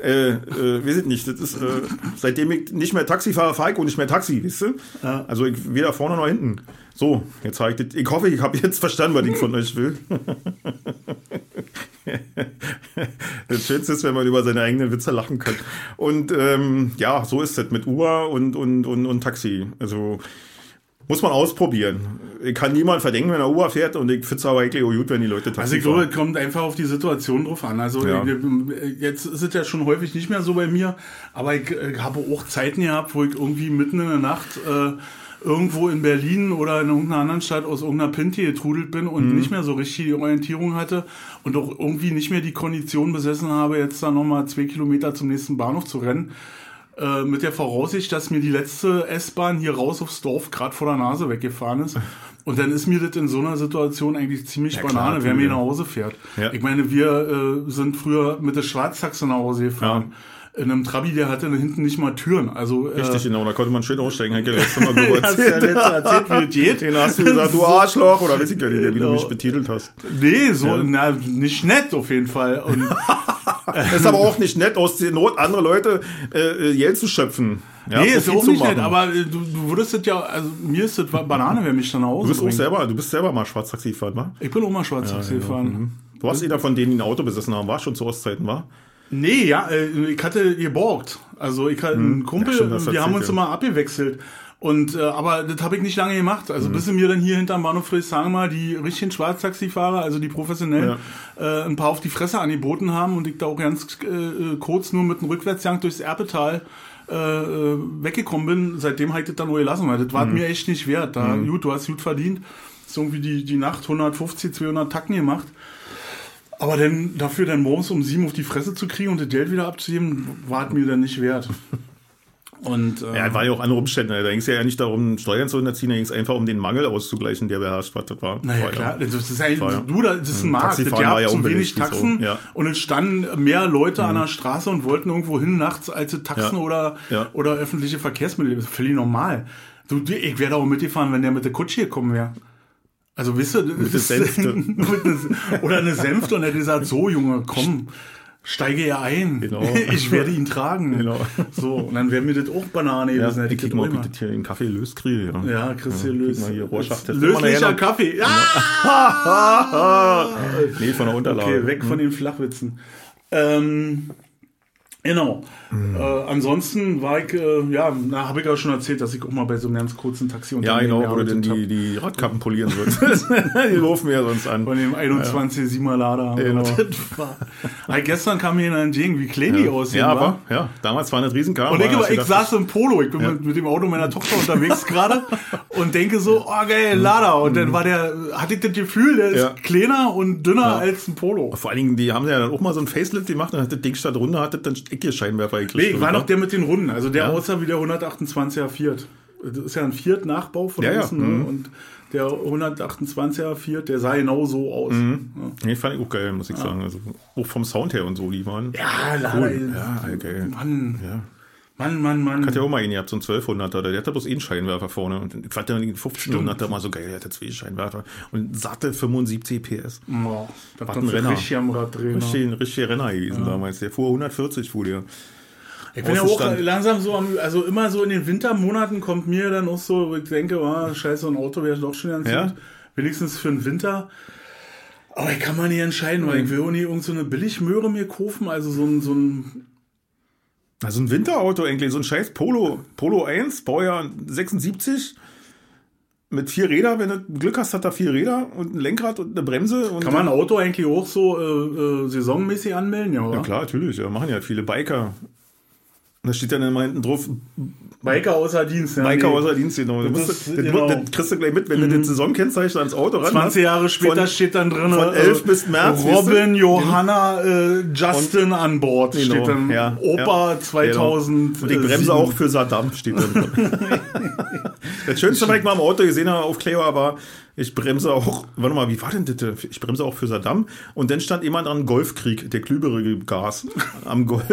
weiß ich nicht, das ist, seitdem ich nicht mehr Taxi fahre, fahre ich auch nicht mehr Taxi, weißt du? Ja. Also ich weder vorne noch hinten. So, jetzt habe ich das, ich hoffe, ich habe jetzt verstanden, was ich von euch will. Das Schönste ist, wenn man über seine eigenen Witze lachen kann. Und so ist das mit Uber und Taxi. Also muss man ausprobieren. Ich kann niemand verdenken, wenn er Uber fährt und ich finde es aber eigentlich auch gut, wenn die Leute Taxi fahren. Also ich glaube, es kommt einfach auf die Situation drauf an. Also jetzt ist es ja schon häufig nicht mehr so bei mir, aber ich habe auch Zeiten gehabt, wo ich irgendwie mitten in der Nacht irgendwo in Berlin oder in irgendeiner anderen Stadt aus irgendeiner Pinte getrudelt bin und nicht mehr so richtig die Orientierung hatte und auch irgendwie nicht mehr die Kondition besessen habe, jetzt da nochmal 2 Kilometer zum nächsten Bahnhof zu rennen. Mit der Voraussicht, dass mir die letzte S-Bahn hier raus aufs Dorf gerade vor der Nase weggefahren ist. Und dann ist mir das in so einer Situation eigentlich ziemlich Banane, wer mir nach Hause fährt. Ja. Ich meine, wir sind früher mit der Schwarztaxe nach Hause gefahren. Ja. In einem Trabi, der hatte hinten nicht mal Türen. Also, richtig, genau, da konnte man schön aussteigen. Hat ja letztes Mal drüber erzählt. Wie es geht. Den hast du gesagt, du Arschloch, oder weiß ich gar nicht, wie du mich betitelt hast. Nee, nicht nett auf jeden Fall. Und das ist aber auch nicht nett, aus der Not andere Leute Geld zu schöpfen. Ja, nee, ist auch nicht nett, aber du würdest das ja, also mir ist das Banane, wer mich dann nach Hause bringt. Du bist selber mal Schwarztaxi gefahren, wa? Ich bin auch mal Schwarztaxi gefahren. Du warst jeder von denen, die ein Auto besessen haben, war schon zu Ostzeiten, war? Nee, ja, ich hatte geborgt. Also ich hatte einen Kumpel, wir haben uns immer abgewechselt. Und aber das habe ich nicht lange gemacht. Also bis sie mir dann hier hinterm Bahnhof Friedrichshagen mal die richtigen Schwarztaxifahrer, also die professionellen, ein paar auf die Fresse angeboten haben und ich da auch ganz kurz nur mit einem Rückwärtsgang durchs Erpetal weggekommen bin. Seitdem habe ich das dann nur gelassen, weil das war mir echt nicht wert. Gut, du hast gut verdient. Ist irgendwie die Nacht 150, 200 Tacken gemacht. Aber dann dafür dann morgens um 7 auf die Fresse zu kriegen und das Geld wieder abzugeben, war es mir dann nicht wert. Und, ja, war ja auch andere Umstände. Da ging es ja nicht darum, Steuern zu unterziehen, da ging es einfach um den Mangel auszugleichen, der beherrscht war. Das war. Naja, klar, das ist eigentlich, das ist ein Markt. Es gab zu wenig Taxen und es standen mehr Leute an der Straße und wollten irgendwo hin nachts als Taxen oder öffentliche Verkehrsmittel. Das ist völlig normal. Ich wäre da auch mitgefahren, wenn der mit der Kutsche gekommen wäre. Also, wisst ihr, mit der Sänfte. Oder eine Sänfte und er hat gesagt, so Junge, komm, steige ja ein. Genau. Ich werde ihn tragen. Genau. So, und dann wäre mir das auch Banane gewesen. Ich krieg mal, wie das hier den Kaffee löst kriege. Ja, kriegst du löst. Löslicher Kaffee. Ja! Nee, von der Unterlage. Okay, weg von den Flachwitzen. Genau. Ansonsten war ich, habe ich auch schon erzählt, dass ich auch mal bei so einem ganz kurzen Taxi unterwegs wo du denn die Radkappen polieren würdest. Die rufen mir ja sonst an. Von dem 21-7er Lader. Genau. Gestern kam mir entgegen, wie klein die aussehen. Ja, damals war eine Riesenkamera. Und ich saß im Polo, ich bin mit dem Auto meiner Tochter unterwegs gerade und denke so, oh geil, Lader. Und dann hatte ich das Gefühl, der ist kleiner und dünner als ein Polo. Vor allen Dingen, die haben ja dann auch mal so ein Facelift gemacht, dann hat das Ding statt runter, hat das dann Ecke-Scheinwerfer gekriegt. Nee, ich war noch der mit den Runden, also der aussah wie der 128er Fiat. Das ist ja ein Fiat-Nachbau von außen, ne? Und der 128er Fiat, der sah genau so aus. Nee, fand ich auch geil, muss ich sagen. Also auch vom Sound her und so, die waren cool. Ja, geil. Mann. Hat ja auch mal einen, ihr habt so einen 1200er, der hat da bloß einen Scheinwerfer vorne. Und ich fand den 1500er mal so geil, der hatte 2 Scheinwerfer. Und satte 75 PS. Wow, das war ein Renner. Richtig am Rad drehen. Richtig Renner gewesen damals. Der fuhr 140, fuhr der. Ich bin ja auch langsam so, also immer so in den Wintermonaten kommt mir dann auch so, wo ich denke, scheiße, ein Auto wäre doch schon ganz gut. Wenigstens für den Winter. Aber ich kann mal nicht entscheiden, weil ich will auch nie irgend so eine Billigmöhre mir kaufen, also so ein Winterauto eigentlich, so ein scheiß Polo 1, Baujahr 76, mit 4 Rädern, wenn du Glück hast, hat er 4 Räder und ein Lenkrad und eine Bremse. Und kann man ein Auto eigentlich auch so saisonmäßig anmelden? Ja, oder? Ja klar, natürlich, machen ja viele Biker. Da steht dann immer hinten drauf, Biker außer Dienst. Ja, Biker außer Dienst, genau. Das kriegst du gleich mit, wenn du das Saisonkennzeichen ans Auto ran 20 Jahre später steht dann drin, von 11 bis März. Robin, Johanna, Justin an Bord. Steht dann Opa 2000. Und die Bremse auch für Saddam steht dann drin. Das Schönste, was ich mal im Auto gesehen habe, Aufkleber, war, ich bremse auch, warte mal, wie war denn das? Ich bremse auch für Saddam. Und dann stand jemand an Golfkrieg, der glühbere Gas am Golf.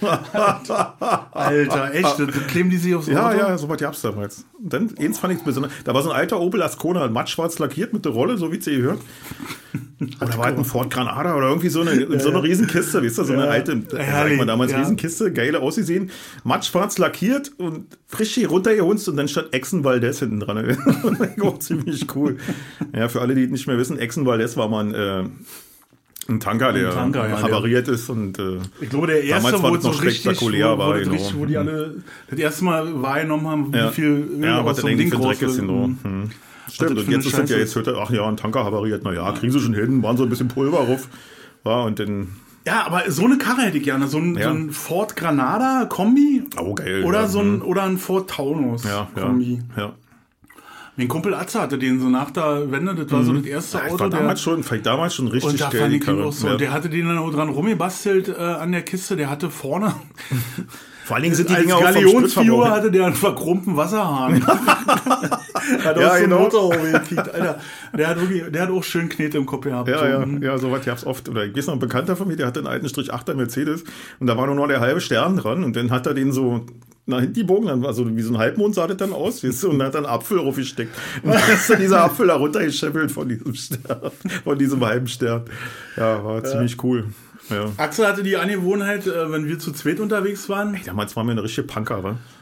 Alter, echt? Das kleben die sich aufs Auto? Ja, so was gab's damals. Und dann, eins fand ich besonders, da war so ein alter Opel Ascona, mattschwarz lackiert mit der Rolle, so wie sie gehört. Und da war halt ein Ford Granada oder irgendwie so eine Riesenkiste, weißt du, so eine alte, sag mal damals, Riesenkiste, geil ausgesehen, mattschwarz lackiert und frisch hier runtergehunzt und dann stand Exxon Valdez hinten dran. Auch ziemlich cool. Ja, für alle, die nicht mehr wissen, Exxon Valdez war mal ein Tanker, der havariert ist und ich glaube, der erste, wo es noch spektakulär war, wo die alle das erste Mal wahrgenommen haben, wie viel Öl aus so einem Ding raus ist. Stimmt, und jetzt ist es ja, jetzt hört er, ein Tanker havariert, kriegen sie schon hin, waren so ein bisschen Pulver drauf, und dann... Ja, aber so eine Karre hätte ich gerne, so ein Ford Granada Kombi. Oh, geil. Oder oder ein Ford Taunus Kombi. Ja. Mein Kumpel Atze hatte den so nach der Wende, das war so das erste Auto. War damals schon richtig und da fand ich auch so. Der hatte den dann auch dran rumgebastelt an der Kiste, der hatte vorne... Vor allen Dingen sind die Dinger auch vom Galionsfigur hatte der einen verkrumpten Wasserhahn. Hat aus dem Motorhaube gekickt. Alter, der hat auch schön Knete im Kopf gehabt. Ja, sowas gab's oft. Oder ich weiß noch, ein Bekannter von mir, der hatte einen alten Strich 8er Mercedes und da war nur noch der halbe Stern dran und dann hat er den so nach hinten gebogen, dann war so wie so ein Halbmond sah das dann aus, weißt du, und dann hat er einen Apfel raufgesteckt. Und dann ist dann dieser Apfel da runtergescheppelt von diesem Stern, von diesem halben Stern. Ja, war ziemlich cool. Ja. Axel hatte die Angewohnheit, wenn wir zu zweit unterwegs waren. Damals waren wir eine richtige Punker, wa?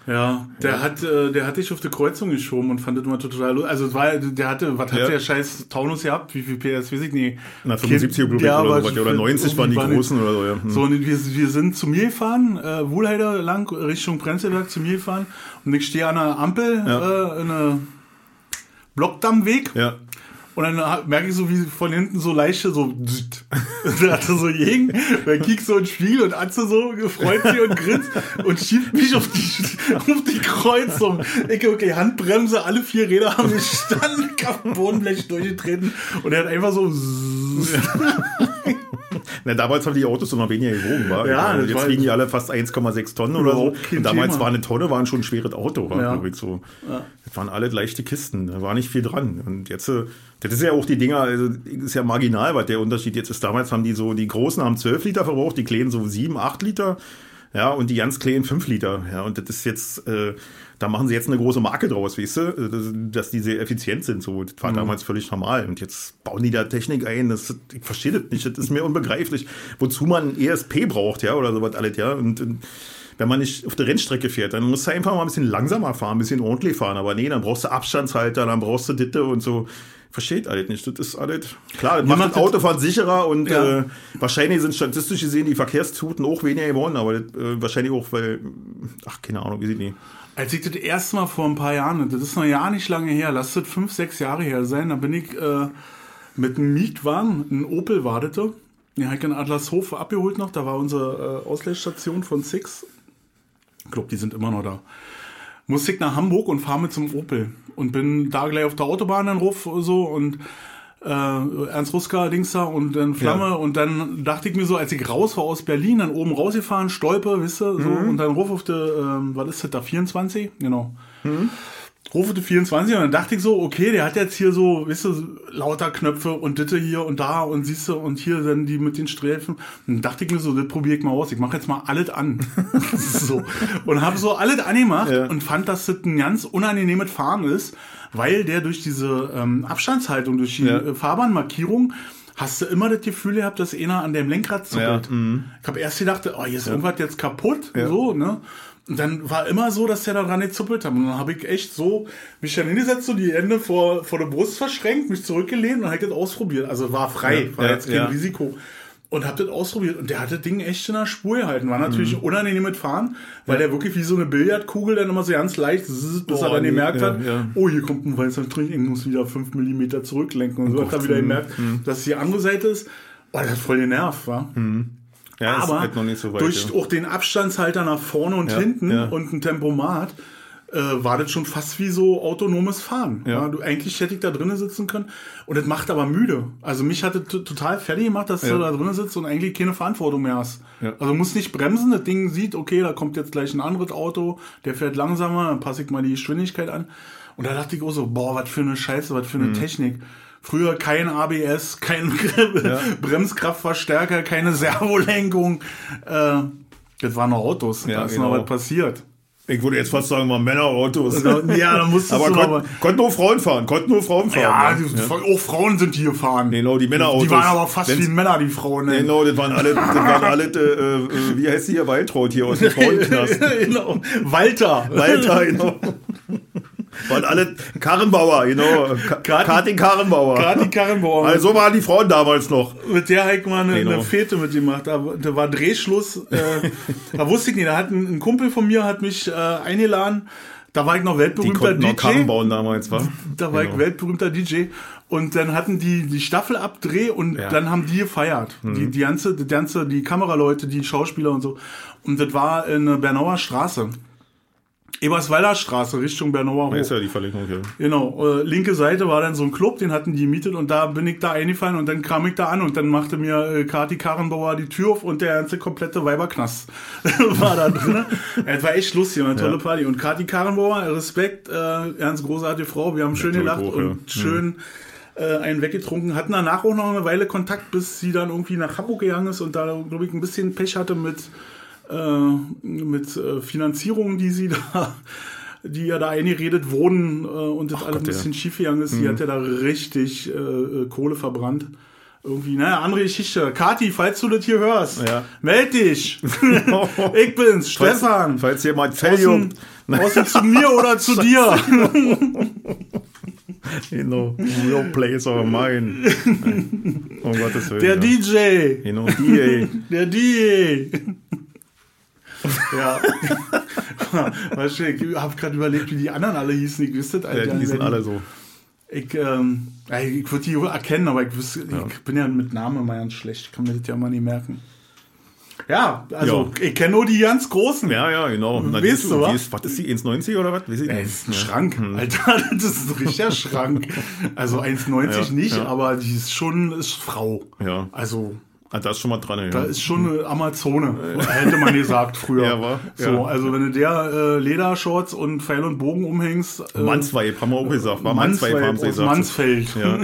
Ja, der hat dich auf die Kreuzung geschoben und fand das immer total lustig. Also der hatte, was hat der scheiß Taunus gehabt? Wie viel PS, weiß ich nicht. Na, 75 oder so, oder 90 waren die großen oder so, ja. So, und wir sind zu mir gefahren, Wuhlheider lang, Richtung Prenzlberg zu mir gefahren und ich stehe an einer Ampel, in einem Blockdammweg. Ja. Und dann merke ich so, wie von hinten so leichte, so, der hatte so Jägen, dann kiekst so in den Spiegel und Atze so, freut sich und grinst und schiebt mich auf die Kreuzung. Okay, Handbremse, alle 4 Räder haben gestanden, Bodenblech durchgetreten und er hat einfach so, Na, damals haben die Autos noch weniger gewogen, war. Ja, jetzt wiegen die alle fast 1,6 Tonnen oder so. Und damals Thema. war eine Tonne, war schon ein schweres Auto, war, glaube ich so. Ja. Das waren alle leichte Kisten, da war nicht viel dran. Und jetzt, das ist ja auch die Dinger, also ist ja marginal, was der Unterschied jetzt ist. Damals haben die Großen haben 12 Liter verbraucht, die Kleinen so 7, 8 Liter. Ja, und die ganz Kleinen 5 Liter. Ja, und das ist jetzt, da machen sie jetzt eine große Marke draus, weißt du, dass die sehr effizient sind. So, das war damals völlig normal. Und jetzt bauen die da Technik ein. Ich verstehe das nicht. Das ist mir unbegreiflich, wozu man ESP braucht, ja, oder sowas alles, ja. Und wenn man nicht auf der Rennstrecke fährt, dann musst du einfach mal ein bisschen langsamer fahren, ein bisschen ordentlich fahren. Aber nee, dann brauchst du Abstandshalter, dann brauchst du Ditte und so. Versteht alles nicht. Das ist alles, klar, das macht das Autofahren sicherer und wahrscheinlich sind statistisch gesehen die Verkehrstoten auch weniger geworden, aber wahrscheinlich auch, weil, keine Ahnung, wie sieht die. Als ich das erste Mal vor ein paar Jahren, das ist noch ja nicht lange her, lass das 5, 6 Jahre her sein, da bin ich mit einem Mietwagen, ein Opel wartete, den habe ich in Adlershof abgeholt noch, da war unsere Ausleihstation von Six. Ich glaube, die sind immer noch da. Musste ich nach Hamburg und fahre mit zum Opel und bin da gleich auf der Autobahn dann ruf so und Ernst Ruska, Dings da und dann Flamme und dann dachte ich mir so, als ich raus war aus Berlin, dann oben rausgefahren, Stolpe, wisst ihr, so und dann ruf auf der, was ist das da, 24? Genau. Ruf auf die 24 und dann dachte ich so, okay, der hat jetzt hier so, wisst ihr, lauter Knöpfe und Ditte hier und da und siehst du und hier dann die mit den Streifen. Und dann dachte ich mir so, das probiere ich mal aus. Ich mache jetzt mal alles an. So. Und habe so alles angemacht und fand, dass das ein ganz unangenehmes Fahren ist, weil der durch diese Abstandshaltung, durch die Fahrbahnmarkierung hast du immer das Gefühl gehabt, dass einer an dem Lenkrad zuckelt. Ich habe erst gedacht, oh, hier ist irgendwas jetzt kaputt, so, ne? Und dann war immer so, dass der da dran gezuppelt hat. Und dann habe ich echt so mich dann hingesetzt, so die Hände vor der Brust verschränkt, mich zurückgelehnt und habe das ausprobiert. Also war frei, war jetzt kein Risiko. Und habe das ausprobiert. Und der hat das Ding echt in der Spur gehalten. War natürlich unangenehm mit Fahren, weil der wirklich wie so eine Billardkugel dann immer so ganz leicht, bis er dann gemerkt hat, oh, hier kommt ein weißer Strich, ich muss wieder 5 mm zurücklenken. Und so hat er wieder gemerkt, dass die andere Seite ist. Oh, das hat voll genervt, wa? Ja, aber halt noch nicht so weit, durch auch den Abstandshalter nach vorne und hinten und ein Tempomat war das schon fast wie so autonomes Fahren. Ja. Eigentlich hätte ich da drinnen sitzen können und das macht aber müde. Also mich hat das total fertig gemacht, dass du da drinnen sitzt und eigentlich keine Verantwortung mehr hast. Ja. Also du musst nicht bremsen, das Ding sieht, okay, da kommt jetzt gleich ein anderes Auto, der fährt langsamer, dann passe ich mal die Geschwindigkeit an. Und da dachte ich auch so, boah, was für eine Scheiße, was für eine Technik. Früher kein ABS, kein Bremskraftverstärker, keine Servolenkung. Das waren noch Autos, da ist noch was passiert. Ich würde jetzt fast sagen, mal Männerautos. Ja, da musstest aber du konnten nur Frauen fahren, Ja, auch Frauen sind hier gefahren. Genau, die Männerautos. Die waren aber fast wie Männer, die Frauen. Ne? Genau, das waren alle wie heißt die hier, Waltraud hier aus dem Frauenknast. Genau, Walter, genau. Waren alle Karrenbauer, genau. Kathi Karrenbauer. Also so waren die Frauen damals noch. Mit der habe ich mal eine Fete mitgemacht. Da war Drehschluss. Da wusste ich nicht. Da hat ein Kumpel von mir hat mich eingeladen. Da war ich noch weltberühmter DJ. Noch Karren bauen damals, war. Da war ich weltberühmter DJ. Und dann hatten die Staffel Abdreh und dann haben die gefeiert. Die Kameraleute, die Schauspieler und so. Und das war in der Bernauer Straße. Eberswalder Straße, Richtung Bernauer hoch. Da ist ja die Verlegung, ja. Genau, linke Seite war dann so ein Club, den hatten die gemietet und da bin ich da eingefallen und dann kam ich da an und dann machte mir Kathi Karrenbauer die Tür auf und der ganze komplette Weiberknast war da drin. Es war echt lustig, eine tolle Party. Und Kathi Karrenbauer, Respekt, ganz großartige Frau, wir haben schön gelacht und schön einen weggetrunken, hatten danach auch noch eine Weile Kontakt, bis sie dann irgendwie nach Hamburg gegangen ist und da, glaube ich, ein bisschen Pech hatte mit Finanzierungen, die ja da eingeredet wurden und das alles ein bisschen schief gegangen ist. Die hat ja da richtig Kohle verbrannt. irgendwie, naja, andere Geschichte. Kathi, falls du das hier hörst, Ja. meld dich. Ich bin's, Stefan. Falls jemand Felljuckt. Außen zu mir oder zu dir. Your place or mine. Um Gottes Willen. Der DJ. DJ. Der DJ. Ja. Weißt du, ich habe gerade überlegt, wie die anderen alle hießen. Ich wüsste Ja, die sind alle so. Ich würde die erkennen, aber ich bin ja mit Namen immer ganz schlecht. Ich kann mir das ja immer nicht merken. Ja, also ich kenne nur die ganz Großen. Ja, genau. Weißt du, was? Was ist die, 1,90 oder was? Das ist ein Schrank. Alter, das ist ein richtiger Schrank. Also 1,90 nicht, aber die ist Frau. Ja. Also... Da ist schon mal dran. Da ist schon eine Amazone, hätte man gesagt früher. Ja, war. So, Ja. Also wenn du der Ledershorts und Pfeil und Bogen umhängst. Mannsweib, haben wir auch gesagt. War Mannsweib, haben sie gesagt. Mansfeld. Ja.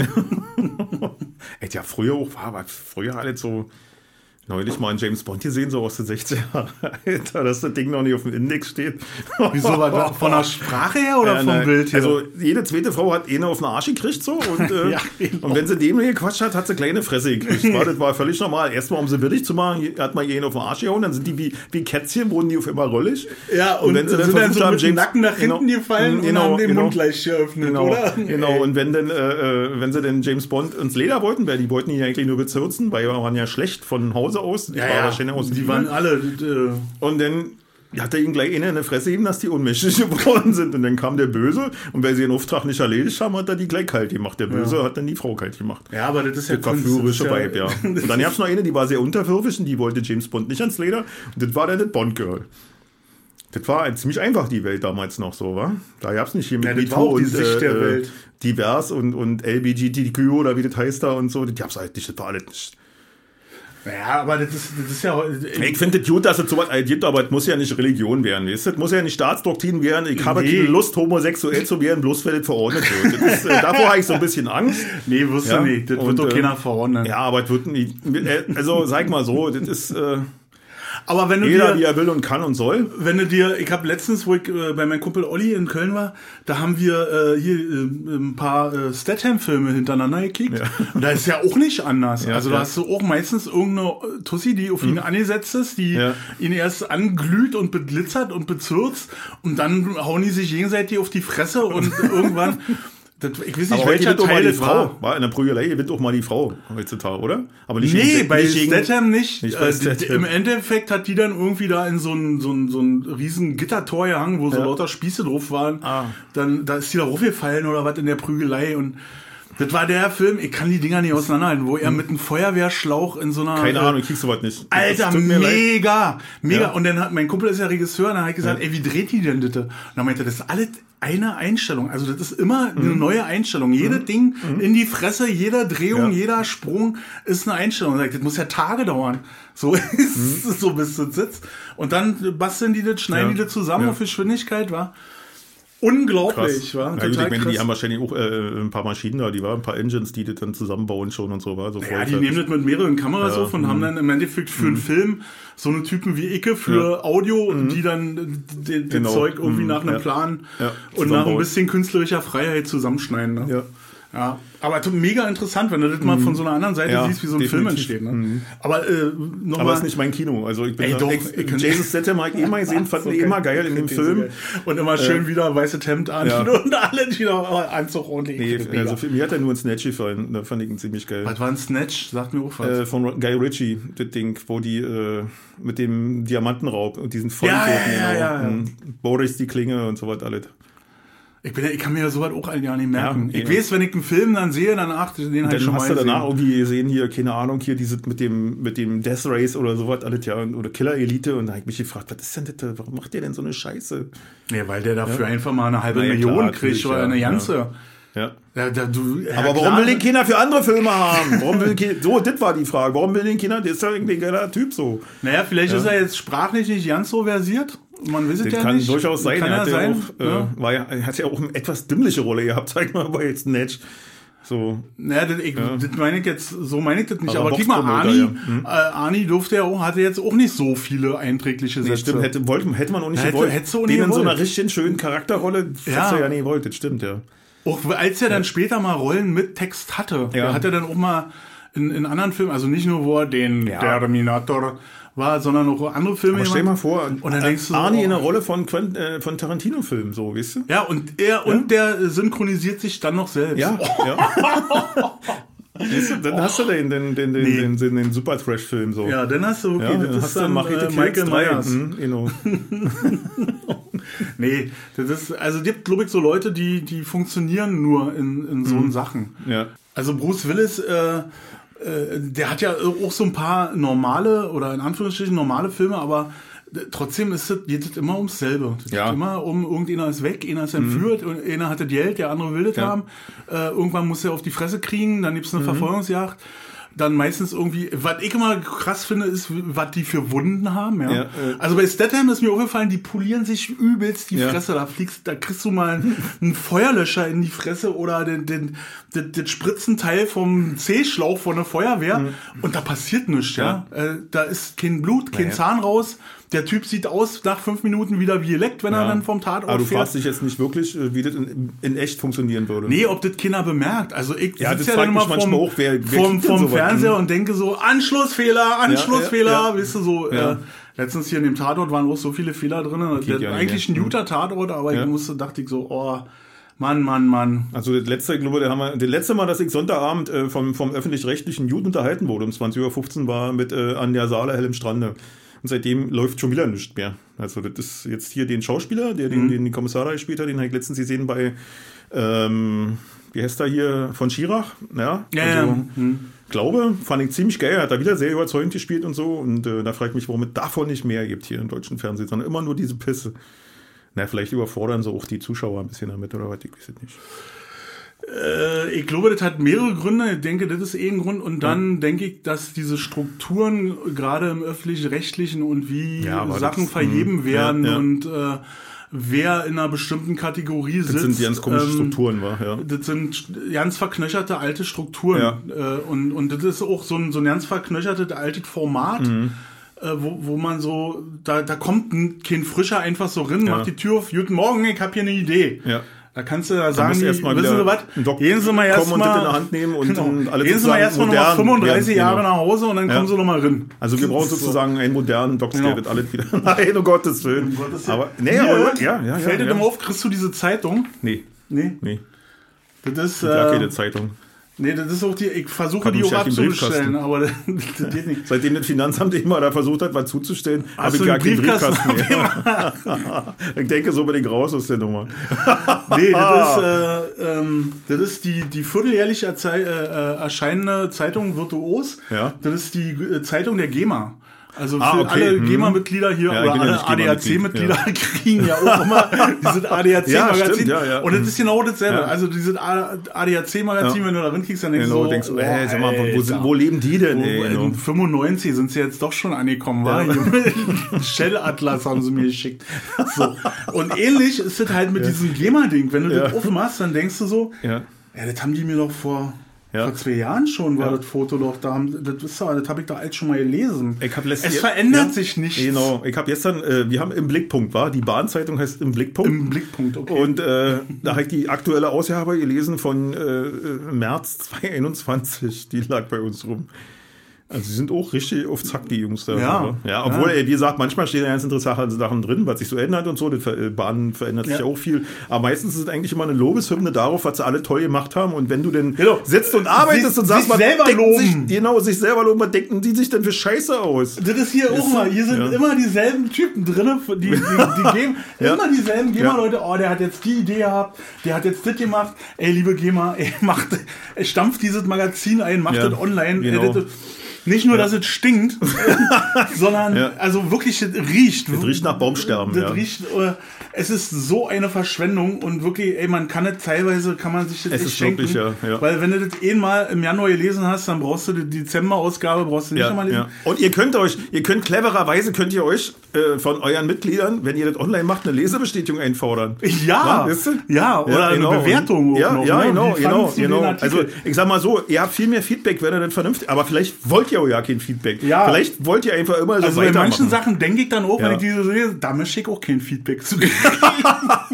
Ja, früher auch war früher alles so. Neulich mal einen James Bond gesehen, so aus den 60er Jahren. Alter, dass das Ding noch nicht auf dem Index steht. Wieso, war das von der Sprache her oder vom nein. Bild her? Also jede zweite Frau hat eine auf den Arsch gekriegt so und, Ja, genau. und wenn sie dem gequatscht hat sie kleine Fresse gekriegt. Das war völlig normal. Erstmal, um sie willig zu machen, hat man jeden auf den Arsch gehauen, dann sind die wie Kätzchen, wurden die auf immer rollig. Ja, und wenn sie sind dann so haben, mit dem Nacken nach hinten gefallen und haben den Mund leicht geöffnet, genau, oder? Genau, und wenn sie denn James Bond ins Leder wollten, weil die wollten ihn eigentlich nur bezirzen, weil die waren ja schlecht von Hause aus. Die waren alle... Und dann hat er ihnen gleich in die Fresse gegeben, dass die ohnmächtig geworden sind. Und dann kam der Böse und weil sie den Auftrag nicht erledigt haben, hat er die gleich kalt gemacht. Der Böse hat dann die Frau kalt gemacht. Ja, aber das ist ja verführerische Vibe, ja. Und dann gab es noch eine, die war sehr unterwürfig und die wollte James Bond nicht ans Leder. Und das war dann das Bond-Girl. Das war ziemlich einfach, die Welt damals noch so, wa? Da gab es nicht hier mit MeToo und Sicht der Welt. Divers und LGBTQ oder wie das heißt da und so. Das gab's halt nicht, das war alles nicht. Ja, aber das ist ja... Ich finde es gut, dass es sowas gibt, aber es muss ja nicht Religion werden. Weißt? Es muss ja nicht Staatsdoktrin werden. Ich habe keine Lust, homosexuell zu werden, bloß weil das verordnet wird. Davor habe ich so ein bisschen Angst. Nee, wusste nicht. Das wird doch keiner verordnen. Ja, aber es wird nicht... Also sag mal so, das ist... Aber wenn du jeder, wie er will und kann und soll. Wenn du dir, ich habe letztens, wo ich bei meinem Kumpel Olli in Köln war, da haben wir hier ein paar Statham-Filme hintereinander gekickt. Ja. Und da ist ja auch nicht anders. Ja, also da hast du auch meistens irgendeine Tussi, die auf ihn angesetzt ist, die ihn erst anglüht und beglitzert und bezirzt und dann hauen die sich gegenseitig auf die Fresse und irgendwann... Ich weiß nicht, welcher Teil das war. War in der Prügelei gewinnt auch mal die Frau heutzutage, oder? Aber nicht bei Statham nicht. Im Endeffekt hat die dann irgendwie da in so ein riesen Gittertor gehangen, wo so lauter Spieße drauf waren. Dann da ist die da raufgefallen oder was in der Prügelei und das war der Film, ich kann die Dinger nicht auseinanderhalten, wo er mit einem Feuerwehrschlauch in so einer... Keine Ahnung, ich krieg sowas nicht. Alter, mega. Ja. Und dann hat mein Kumpel ist ja Regisseur, und dann hat ich gesagt, ey, wie dreht die denn das? Und dann meinte er, das ist alles eine Einstellung. Also das ist immer eine neue Einstellung. Jedes Ding in die Fresse, jede Drehung, jeder Sprung ist eine Einstellung. Das muss ja Tage dauern. So ist es so, bis du sitzt. Und dann basteln die das, schneiden die das zusammen auf Geschwindigkeit, war... Unglaublich, war total krass. Ich meine, die haben wahrscheinlich auch ein paar Maschinen da, die waren ein paar Engines, die das dann zusammenbauen schon und so. War so die nehmen das mit mehreren Kameras auf und haben dann im Endeffekt für einen Film so eine Typen wie Icke für Audio, die dann den Zeug irgendwie nach einem Plan und nach ein bisschen künstlerischer Freiheit zusammenschneiden. Ne? Ja, aber mega interessant, wenn du das mal von so einer anderen Seite siehst, wie so ein Film entsteht. Ne? Aber aber ist nicht mein Kino. Also ich bin Jason Statham habe ich immer gesehen, fand ich immer geil in dem Film. Und immer schön wieder weißes Hemd an und alle wieder Anzug ordentlich. Nee, also für mich hat er nur ein Snatch gefallen. Da fand ich ihn ziemlich geil. Was war ein Snatch? Sagt mir auch was. Von Guy Ritchie, das Ding, wo die mit dem Diamantenraub und diesen Volltoten Boris die Klinge und so was alles. Ich kann mir sowas auch ein Jahr nicht merken. Ich weiß, wenn ich einen Film dann sehe, den habe ich schon mal gesehen. Dann hast du danach irgendwie gesehen, hier, keine Ahnung, hier dieses mit dem Death Race oder sowas, alles oder Killer Elite. Und da habe ich mich gefragt, was ist denn das? Warum macht der denn so eine Scheiße? Ja, weil der dafür einfach mal eine halbe Million kriegt oder eine ganze. Ja. Aber warum will den Kinder für andere Filme haben? Das war die Frage. Warum will den Kinder? Der ist ja irgendwie ein geiler Typ so. Naja, vielleicht ist er jetzt sprachlich nicht ganz so versiert. Man weiß es ja nicht. Kann durchaus sein. Er hat ja auch eine etwas dümmliche Rolle gehabt, sag mal, bei jetzt Netsch. So. Naja, das meine ich jetzt, so meine ich das nicht. Aber guck mal, Arnie durfte ja auch, hatte jetzt auch nicht so viele einträgliche Sätze. Nee, stimmt, hätte man auch nicht gewollt. Den in so einer richtig schönen Charakterrolle, das ja nie gewollt, das stimmt, ja. Auch als er dann später mal Rollen mit Text hatte, hat er dann auch mal in anderen Filmen, also nicht nur, wo er den Terminator war, sondern auch andere Filme. Aber stell mal vor, und dann denkst du, Arnie in der Rolle von Tarantino-Filmen, so, weißt du? Ja, und der synchronisiert sich dann noch selbst. Ja, ja. Dann hast du den Super Trash-Film so. Ja, dann hast du, okay, ja, das ist dann Michael Myers. Nee, das ist, also es gibt, glaube ich, so Leute, die funktionieren nur in so Sachen. Ja. Also Bruce Willis, der hat ja auch so ein paar normale oder in Anführungsstrichen normale Filme, aber trotzdem geht es immer ums selbe. Es geht immer um, irgendeiner ist weg, einer ist entführt, einer hat das Geld, der andere will das haben. Irgendwann muss er auf die Fresse kriegen, dann gibt es eine Verfolgungsjagd. Dann meistens irgendwie, was ich immer krass finde, ist, was die für Wunden haben. Ja. Also bei Statham ist mir aufgefallen, die polieren sich übelst die Fresse. Da kriegst du mal einen Feuerlöscher in die Fresse oder das Spritzenteil vom C-Schlauch von der Feuerwehr und da passiert nichts. Ja. Da ist kein Blut, kein Zahn raus. Der Typ sieht aus nach 5 Minuten wieder wie geleckt, wenn er dann vom Tatort fährt. Aber du fragst dich jetzt nicht wirklich, wie das in echt funktionieren würde. Nee, ob das keiner bemerkt. Also ich sitze dann immer vom Fernseher und denke so, Anschlussfehler, weißt du, so. Ja. Letztens hier in dem Tatort waren auch so viele Fehler drin. Eigentlich ein guter Tatort, aber dachte ich so, oh, Mann. Also das letzte Mal, dass ich Sonntagabend vom öffentlich-rechtlichen Juden unterhalten wurde, um 20.15 Uhr war mit Anja Sahler, Hell im Strande. Und seitdem läuft schon wieder nichts mehr. Also das ist jetzt hier den Schauspieler, der den Kommissar da gespielt hat, den habe ich letztens gesehen bei, wie heißt der hier, von Schirach. Ja. Glaube, fand ich ziemlich geil, hat da wieder sehr überzeugend gespielt und so. Und da frage ich mich, warum es davon nicht mehr gibt hier im deutschen Fernsehen, sondern immer nur diese Pisse. Na, vielleicht überfordern sie auch die Zuschauer ein bisschen damit oder was, ich weiß es nicht. Ich glaube, das hat mehrere Gründe. Ich denke, das ist ein Grund. Und dann denke ich, dass diese Strukturen, gerade im Öffentlich-Rechtlichen und wie Sachen vergeben werden und wer in einer bestimmten Kategorie sitzt. Das sind ganz komische Strukturen, Das sind ganz verknöcherte alte Strukturen. Ja. Und das ist auch so ein ganz verknöchertes altes Format. Wo man so, da kommt kein Frischer einfach so rein, macht die Tür auf, guten Morgen, ich habe hier eine Idee. Ja. Da kannst du da sagen, wissen Sie was? Gehen Sie mal erstmal in der Hand nehmen und alle gehen Sie mal erstmal noch 35 Jahre nach Hause und dann kommen Sie noch mal rein. Also wir brauchen sozusagen einen modernen Doc, der wird alles wieder. Nein, um Gottes Willen. Aber fällt dir mal auf, kriegst du diese Zeitung? Nee. Das ist keine Zeitung. Nee, das ist auch ich versuche die auch abzustellen, aber das geht nicht. Seitdem das Finanzamt immer da versucht hat, was zuzustellen, habe ich gar keinen Briefkasten mehr. Ich denke so unbedingt raus aus der Nummer. Nee, das ist die vierteljährlich erscheinende Zeitung Virtuos. Ja. Das ist die Zeitung der GEMA. Also für alle GEMA-Mitglieder hier oder alle ADAC-Mitglieder kriegen ja auch immer dieses ADAC-Magazin. Und das ist genau dasselbe. Ja. Also dieses ADAC-Magazin, wenn du da reinkriegst, dann denkst du sag mal, wo leben die denn? In 95 sind sie jetzt doch schon angekommen. Shell-Atlas haben sie mir geschickt. So. Und ähnlich ist das halt mit diesem GEMA-Ding. Wenn du das aufmachst, dann denkst du so, das haben die mir doch vor 2 Jahren schon war das Foto doch da. Das habe ich da alt schon mal gelesen. Es verändert sich nicht. Genau. Ich habe gestern, wir haben im Blickpunkt, die Bahnzeitung heißt im Blickpunkt. Im Blickpunkt, okay. Und da habe ich die aktuelle Ausgabe gelesen von März 2021. Die lag bei uns rum. Also sie sind auch richtig auf Zack, die Jungs da. Ja, obwohl, wie gesagt, manchmal stehen ja ganz interessante Sachen drin, was sich so ändert und so. Die Bahn verändert sich auch viel. Aber meistens ist es eigentlich immer eine Lobeshymne darauf, was sie alle toll gemacht haben. Und wenn du denn sitzt und arbeitest und sagst, sich selber loben. Sich selber loben, was denken die sich denn für Scheiße aus? Das ist hier auch mal. Hier sind immer dieselben Typen drin, die geben immer dieselben GEMA-Leute. Oh, der hat jetzt die Idee gehabt, der hat jetzt das gemacht. Ey, liebe GEMA, stampft dieses Magazin ein, macht das online. Genau. Nicht nur, dass es stinkt, sondern also wirklich, es riecht. Es riecht nach Baumsterben. Das riecht, es ist so eine Verschwendung und wirklich, man kann es teilweise, kann man sich das echt schenken. Wirklich, weil wenn du das mal im Januar gelesen hast, dann brauchst du die Dezember-Ausgabe, nicht nochmal lesen. Und ihr könnt clevererweise von euren Mitgliedern, wenn ihr das online macht, eine Lesebestätigung einfordern. Oder eine Bewertung. Genau. Also ich sag mal so, ihr habt viel mehr Feedback, wenn ihr das vernünftig, aber vielleicht wollt ihr auch kein Feedback. Ja. Vielleicht wollt ihr einfach immer so weitermachen. Bei manchen Sachen denke ich dann auch, wenn ich diese sehe, da möchte ich auch kein Feedback zu geben.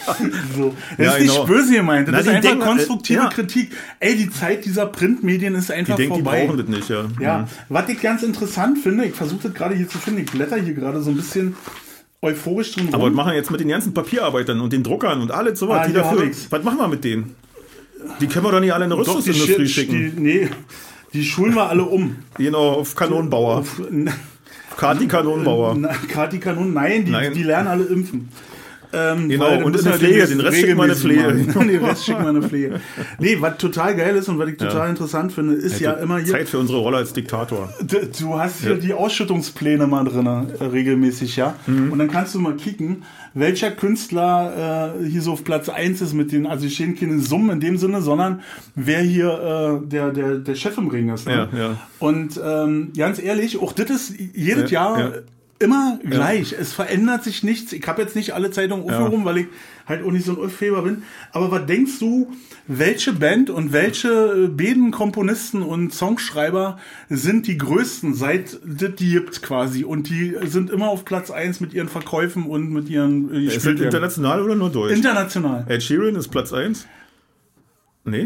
So. Das ist nicht böse gemeint, das ist einfach konstruktive Kritik. Ey, die Zeit dieser Printmedien ist einfach vorbei. Die brauchen das nicht, ja. Was ich ganz interessant finde, ich versuche das gerade hier zu finden, ich blätter hier gerade so ein bisschen euphorisch drin rum. Aber was machen wir jetzt mit den ganzen Papierarbeitern und den Druckern und alles sowas, die dafür... Was machen wir mit denen? Die können wir doch nicht alle in eine Rüstungsindustrie schicken. Die schulen wir alle um. Genau, auf Kanonenbauer. Kati-Kanonenbauer. Kati-Kanonen, nein, die lernen alle impfen. Genau, und in der Pflege, den Rest schickt man eine Pflege. Den Rest schickt man eine Pflege. Nee, was total geil ist und was ich total interessant finde, ist ja immer hier... Zeit für unsere Rolle als Diktator. Du hast hier die Ausschüttungspläne mal drin, regelmäßig, ja. Und dann kannst du mal kicken, welcher Künstler hier so auf Platz 1 ist mit den, also hier stehen keine Summen in dem Sinne, sondern wer hier der Chef im Ring ist. Ne? Ja. Und ganz ehrlich, auch das ist jedes Jahr... Immer gleich. Ja. Es verändert sich nichts. Ich habe jetzt nicht alle Zeitungen aufgehoben, weil ich halt auch nicht so ein Ulf-Feber bin. Aber was denkst du, welche Band und welche Komponisten und Songschreiber sind die größten, seit das die gibt quasi? Und die sind immer auf Platz 1 mit ihren Verkäufen und mit ihren... Ist das international oder nur deutsch? International. Ed Sheeran ist Platz 1? Nee?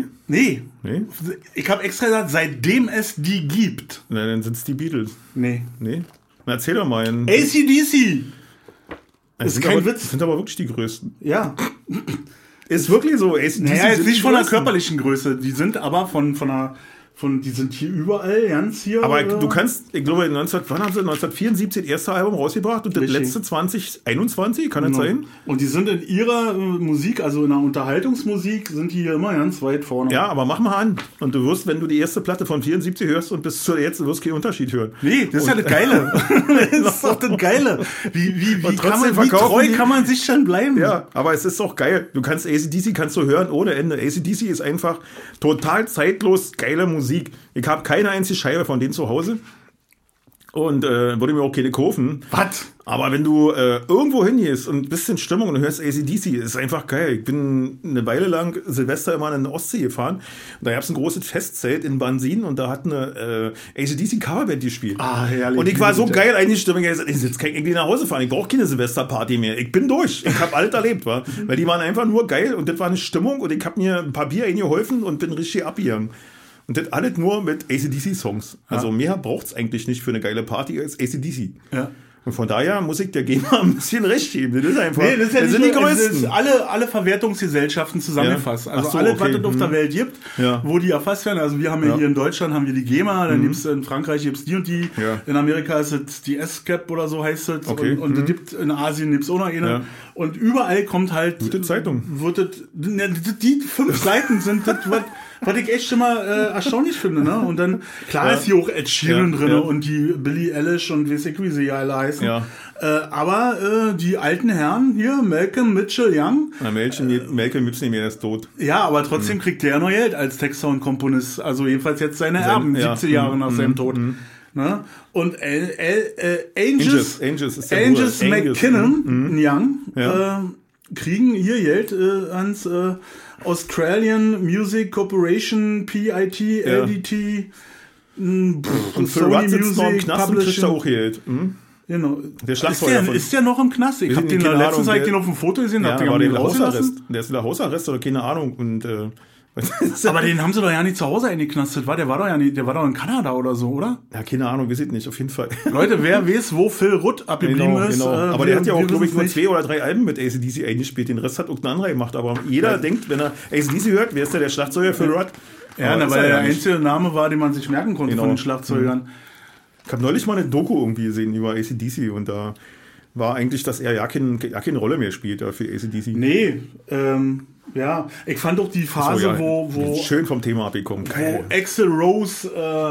Ich habe extra gesagt, seitdem es die gibt. Na, dann sind es die Beatles. Nee? Na, erzähl doch mal. AC/DC! Das ist kein Witz. Das sind aber wirklich die größten. Ja. Ist wirklich so. AC/DC naja, ist nicht von der körperlichen Größe. Die sind aber die sind hier überall, ganz hier. Aber du kannst, ich glaube, wann haben sie 1974 das erste Album rausgebracht und das letzte 2021, kann das sein? Und die sind in ihrer Musik, also in der Unterhaltungsmusik, sind die hier immer ganz weit vorne. Ja, aber mach mal an. Und du wirst, wenn du die erste Platte von 74 hörst und bis zur jetzt, wirst du keinen Unterschied hören. Nee, das ist ja das Geile. Das ist doch das Geile. Wie treu kann man sich schon bleiben? Ja, aber es ist doch geil. Du kannst AC/DC kannst du hören ohne Ende. AC/DC ist einfach total zeitlos geile Musik. Ich habe keine einzige Scheibe von denen zu Hause und würde mir auch keine kaufen. Was? Aber wenn du irgendwo hingehst und ein bisschen Stimmung und hörst AC/DC, ist einfach geil. Ich bin eine Weile lang Silvester immer in die Ostsee gefahren und da gab es ein großes Festzelt in Bansin und da hat eine AC/DC Coverband gespielt. Ah, herrlich. Und ich war so geil eingestimmt, ich gesagt, jetzt kann ich irgendwie nach Hause fahren, ich brauche keine Silvesterparty mehr. Ich bin durch. Ich habe alles erlebt, weil die waren einfach nur geil und das war eine Stimmung und ich habe mir ein paar Bier eingeholfen und bin richtig abgegangen. Und das alles nur mit AC/DC-Songs. Also mehr braucht es eigentlich nicht für eine geile Party als AC/DC. Ja. Und von daher muss ich der GEMA ein bisschen recht geben. Das ist einfach, das sind die größten. Das ist alle Verwertungsgesellschaften zusammengefasst. Also so, alles, was es auf der Welt gibt, wo die erfasst werden. Also wir haben ja hier in Deutschland haben wir die GEMA, dann gibt's in Frankreich gibt's die und die. Ja. In Amerika ist es die SCAP oder so heißt es. Okay. Und gibt in Asien gibt's auch noch eine. Ja. Und überall kommt halt... Gute Zeitung. Die 5 Seiten sind das, was ich echt immer erstaunlich finde. Ne? Und dann, klar ist hier auch Ed Sheeran drin und die Billie Eilish und weiß ich, wie sie ja alle heißen. Ja. Aber die alten Herren hier, Malcolm Mitchell Young. Na, Malcolm Mitchell mehr ist tot. Ja, aber trotzdem kriegt der noch Geld als Texter und Komponist. Also jedenfalls jetzt seine Erben, 70 Jahre nach seinem Tod. Ne? Und Angus McKinnon Young kriegen hier Geld ans Australian Music Corporation, PIT, LDT, und Sony Music, Publishing. Auch Geld. Genau. Der Schlagzeuger ist der noch im Knast? Ich habe den letztens den auf dem Foto gesehen. Ja, der den Hausarrest. Der ist in der Hausarrest oder keine Ahnung. Und aber den haben sie doch ja nicht zu Hause eingeknastet, der war doch in Kanada oder so, oder? Ja, keine Ahnung, wir sind nicht, auf jeden Fall. Leute, wer weiß, wo Phil Rudd abgeblieben ist. Genau. Aber der hat ja auch, glaube ich, nur 2 oder 3 Alben mit AC/DC eingespielt. Den Rest hat auch ein anderer gemacht. Aber jeder denkt, wenn er AC/DC hört, wer ist der Schlagzeuger Phil Rudd? Ja, weil der einzige Name war, den man sich merken konnte von den Schlagzeugern. Ich habe neulich mal eine Doku irgendwie gesehen über AC/DC und da war eigentlich, dass er ja keine Rolle mehr spielt für AC/DC. Nee, ja, ich fand doch die Phase, wo schön vom Thema abgekommen. Wo Axl Rose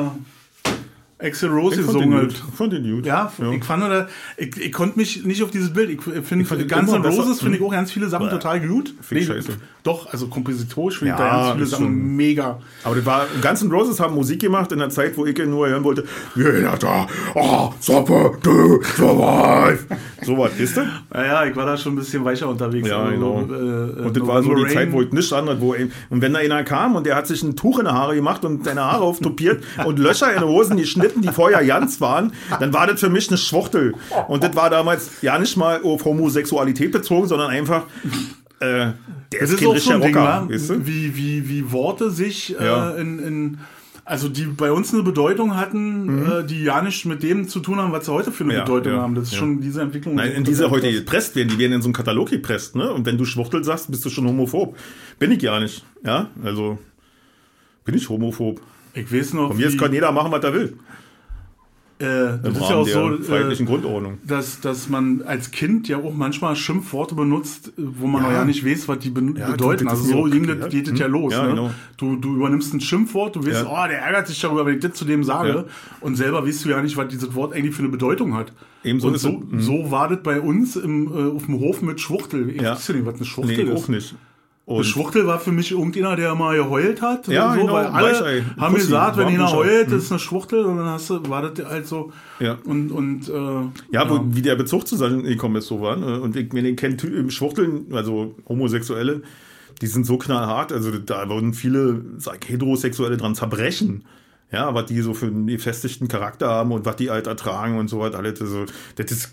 gesungen hat. Ich fand den gut. Ja, ich fand ich konnte mich nicht auf dieses Bild. Ich finde Guns N' Roses finde ich auch ganz viele Sachen total gut. Scheiße. Doch, also kompositorisch finde ich da ganz viele Sachen mega. Aber das war, Guns N' Roses haben Musik gemacht in der Zeit, wo ich nur hören wollte, jeder da, Supper to survive. So was, wisst ihr? Ja, ich war da schon ein bisschen weicher unterwegs. Ja, genau. Und das war so die Zeit, wo ich nichts anderes, und wenn da einer kam und der hat sich ein Tuch in die Haare gemacht und seine Haare auftopiert und Löcher in den Hosen geschnitten, die vorher ganz waren, dann war das für mich eine Schwuchtel. Und das war damals ja nicht mal auf Homosexualität bezogen, sondern einfach der das ist kein auch so ein Ding, Rocker, weißt du? wie Worte sich also die bei uns eine Bedeutung hatten, die ja nicht mit dem zu tun haben, was sie heute für eine Bedeutung haben. Das ist schon diese Entwicklung. Nein, in diese heute gepresst werden, die werden in so einen Katalog gepresst, ne? Und wenn du Schwuchtel sagst, bist du schon homophob. Bin ich ja nicht, ja? Also, bin ich homophob. Ich weiß noch. Von mir kann jeder machen, was er will. Das ist ja auch so, freiheitlichen Grundordnung. dass man als Kind ja auch manchmal Schimpfworte benutzt, wo man noch ja nicht weiß, was die bedeuten. Also so geht es ja los. Ja, ne? genau. Du übernimmst ein Schimpfwort, du weißt, der ärgert sich darüber, wenn ich das zu dem sage. Und selber weißt du ja nicht, was dieses Wort eigentlich für eine Bedeutung hat. Ebenso und so war das bei uns auf dem Hof mit Schwuchtel. Ich weiß ja nicht, was eine Schwuchtel ist. Auch nicht. Und Schwuchtel war für mich irgendeiner, der mal geheult hat. Ja, so, genau, weil alle haben gesagt, wenn einer heult, ist eine Schwuchtel. Und dann war das halt so. Ja. Wie der Bezug zusammengekommen ist, so war. Und ich kenne Schwuchteln, also Homosexuelle, die sind so knallhart. Also da würden viele Heterosexuelle dran zerbrechen. Ja, was die so für einen gefestigten Charakter haben und was die halt ertragen und so was alles. Also, das ist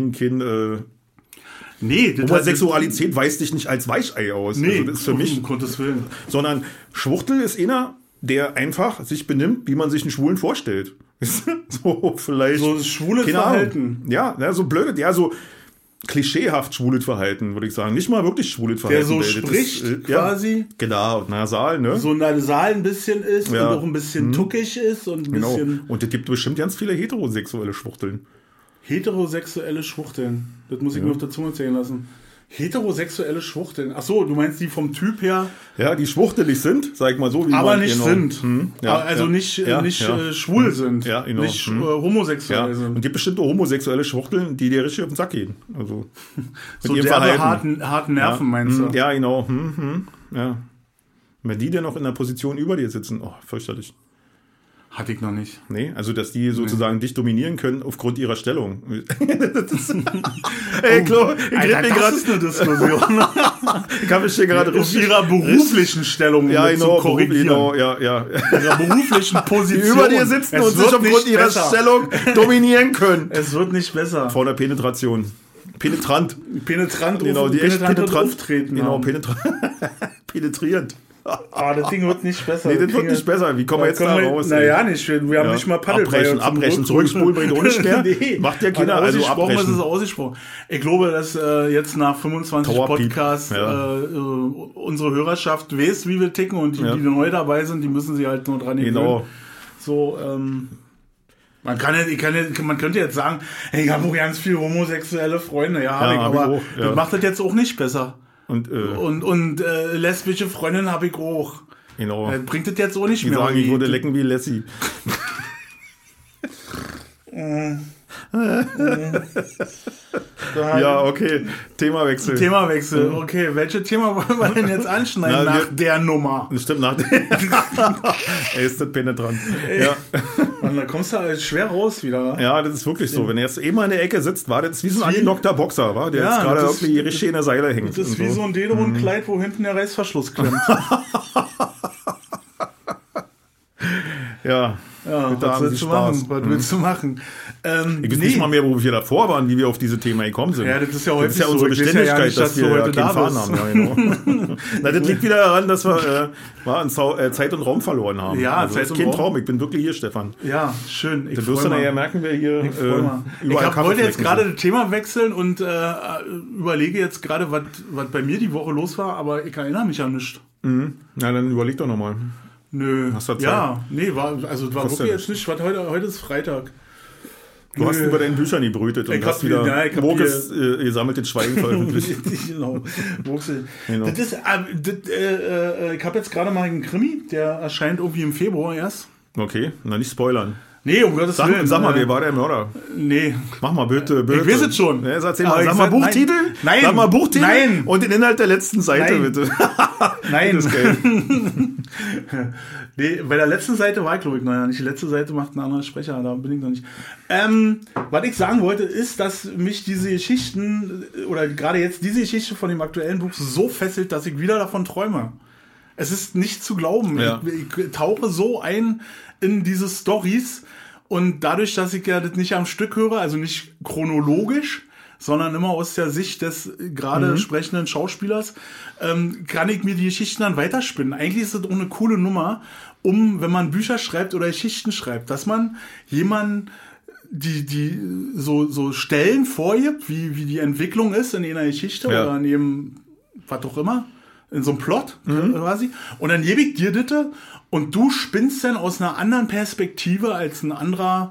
Nee, Homosexualität weist dich nicht als Weichei aus. Nee, also das ist für mich. Um Gottes Willen. Sondern Schwuchtel ist einer, der einfach sich benimmt, wie man sich einen Schwulen vorstellt. So vielleicht. So schwules Verhalten. Ja, so blöd, so klischeehaft schwules Verhalten, würde ich sagen. Nicht mal wirklich schwules Verhalten. Der so spricht quasi. Genau, nasal, ne? So nasal ein bisschen ist und auch ein bisschen tuckig ist und ein bisschen. Und es gibt bestimmt ganz viele heterosexuelle Schwuchteln. Heterosexuelle Schwuchteln. Das muss ich mir auf der Zunge zählen lassen. Heterosexuelle Schwuchteln. Ach so, du meinst die vom Typ her? Ja, die schwuchtelig sind, sag ich mal so. Wie aber nicht sind. Nicht schwul sind. Ja, genau. Nicht homosexuell sind. Und gibt bestimmte homosexuelle Schwuchteln, die dir richtig auf den Sack gehen. Also, so derbe harten Nerven, meinst du? Ja, genau. Ja. Wenn die denn noch in der Position über dir sitzen, fürchterlich. Hatte ich noch nicht. Nee, also dass die sozusagen dich dominieren können aufgrund ihrer Stellung. Ey, das ist eine Diskussion. Ich habe mich hier gerade auf ihrer beruflichen Stellung zu korrigieren. Ihrer beruflichen Position. Die über dir sitzen und sich aufgrund ihrer Stellung dominieren können. Es wird nicht besser. Vor der Penetration. Penetrant. Genau, die echt penetrant auftreten. Genau, penetrierend. Das Ding wird nicht besser. Nee, das wird nicht besser. Wie kommen wir jetzt da raus? Naja, nicht. Wir haben nicht mal Paddelbrecher. Abbrechen, zurückspulen bringt auch nicht mehr. Nee. Macht ja keiner. Also abbrechen. Ist es ausgesprochen. Ich glaube, dass jetzt nach 25 Podcasts unsere Hörerschaft weiß, wie wir ticken und die neu dabei sind, die müssen sich halt nur dran gewöhnen. Genau. So, man könnte jetzt sagen, hey, ich habe auch ganz viele homosexuelle Freunde. Ja, aber das macht das jetzt auch nicht besser. Und lesbische Freundin habe ich auch. Genau. Bringt das jetzt auch nicht mehr. Die sagen, ich würde lecken wie Lassie. Ja, okay. Themawechsel. Okay, welches Thema wollen wir denn jetzt anschneiden nach der Nummer? Stimmt, nach der. Ist das penetrant. Ja. Und da kommst du halt schwer raus wieder. Ja, das ist wirklich so. Wenn er jetzt mal in der Ecke sitzt, war das wie so ein angenockter Boxer, war, der jetzt gerade irgendwie richtig in der Seile hängt. Das ist wie so ein Dederon-Kleid, wo hinten der Reißverschluss klemmt. Ja, was willst du machen? Ich weiß nicht mal mehr, wo wir davor waren, wie wir auf diese Themen gekommen sind. Ja, das ist ja heute so. unsere Beständigkeit, dass wir heute keinen Fahren haben. Ja, genau. Das liegt wieder daran, dass wir Zeit und Raum verloren haben. Ja, also, Zeit und Raum. Traum. Ich bin wirklich hier, Stefan. Ja, schön. Du wirst dann ja merken, wer hier ich wollte jetzt gerade das Thema wechseln und überlege jetzt gerade, was bei mir die Woche los war, aber ich erinnere mich ja nicht. Na, dann überleg doch nochmal. Nö. Hast du Zeit? Ja, nee, war wirklich jetzt nicht. Heute ist Freitag. Du hast über deinen Büchern gebrütet und hast wieder Wokes gesammeltes Schweigen veröffentlicht. Genau. Das ist, ich habe jetzt gerade mal einen Krimi, der erscheint irgendwie im Februar erst. Okay, na nicht spoilern. Nee, um Gottes Willen. Sag mal, wer war der Mörder? Nee. Mach mal bitte. Ich weiß es schon. Ja, sag mal Buchtitel. Nein. Sag mal Buchtitel. Nein. Und den Inhalt der letzten Seite, bitte. Nein. Das ist geil. Nee, bei der letzten Seite war ich, glaube ich, noch nicht. Die letzte Seite macht ein anderer Sprecher, da bin ich noch nicht. Was ich sagen wollte, ist, dass mich diese Geschichten, oder gerade jetzt diese Geschichte von dem aktuellen Buch so fesselt, dass ich wieder davon träume. Es ist nicht zu glauben. Ja. Ich tauche so ein in diese Storys und dadurch, dass ich ja das nicht am Stück höre, also nicht chronologisch, sondern immer aus der Sicht des gerade sprechenden Schauspielers, kann ich mir die Geschichten dann weiterspinnen. Eigentlich ist das auch eine coole Nummer, wenn man Bücher schreibt oder Geschichten schreibt, dass man jemanden die so Stellen vorgibt, wie die Entwicklung ist in einer Geschichte oder in jedem, was auch immer, in so einem Plot quasi. Und dann gebe ich dir das und du spinnst dann aus einer anderen Perspektive als ein anderer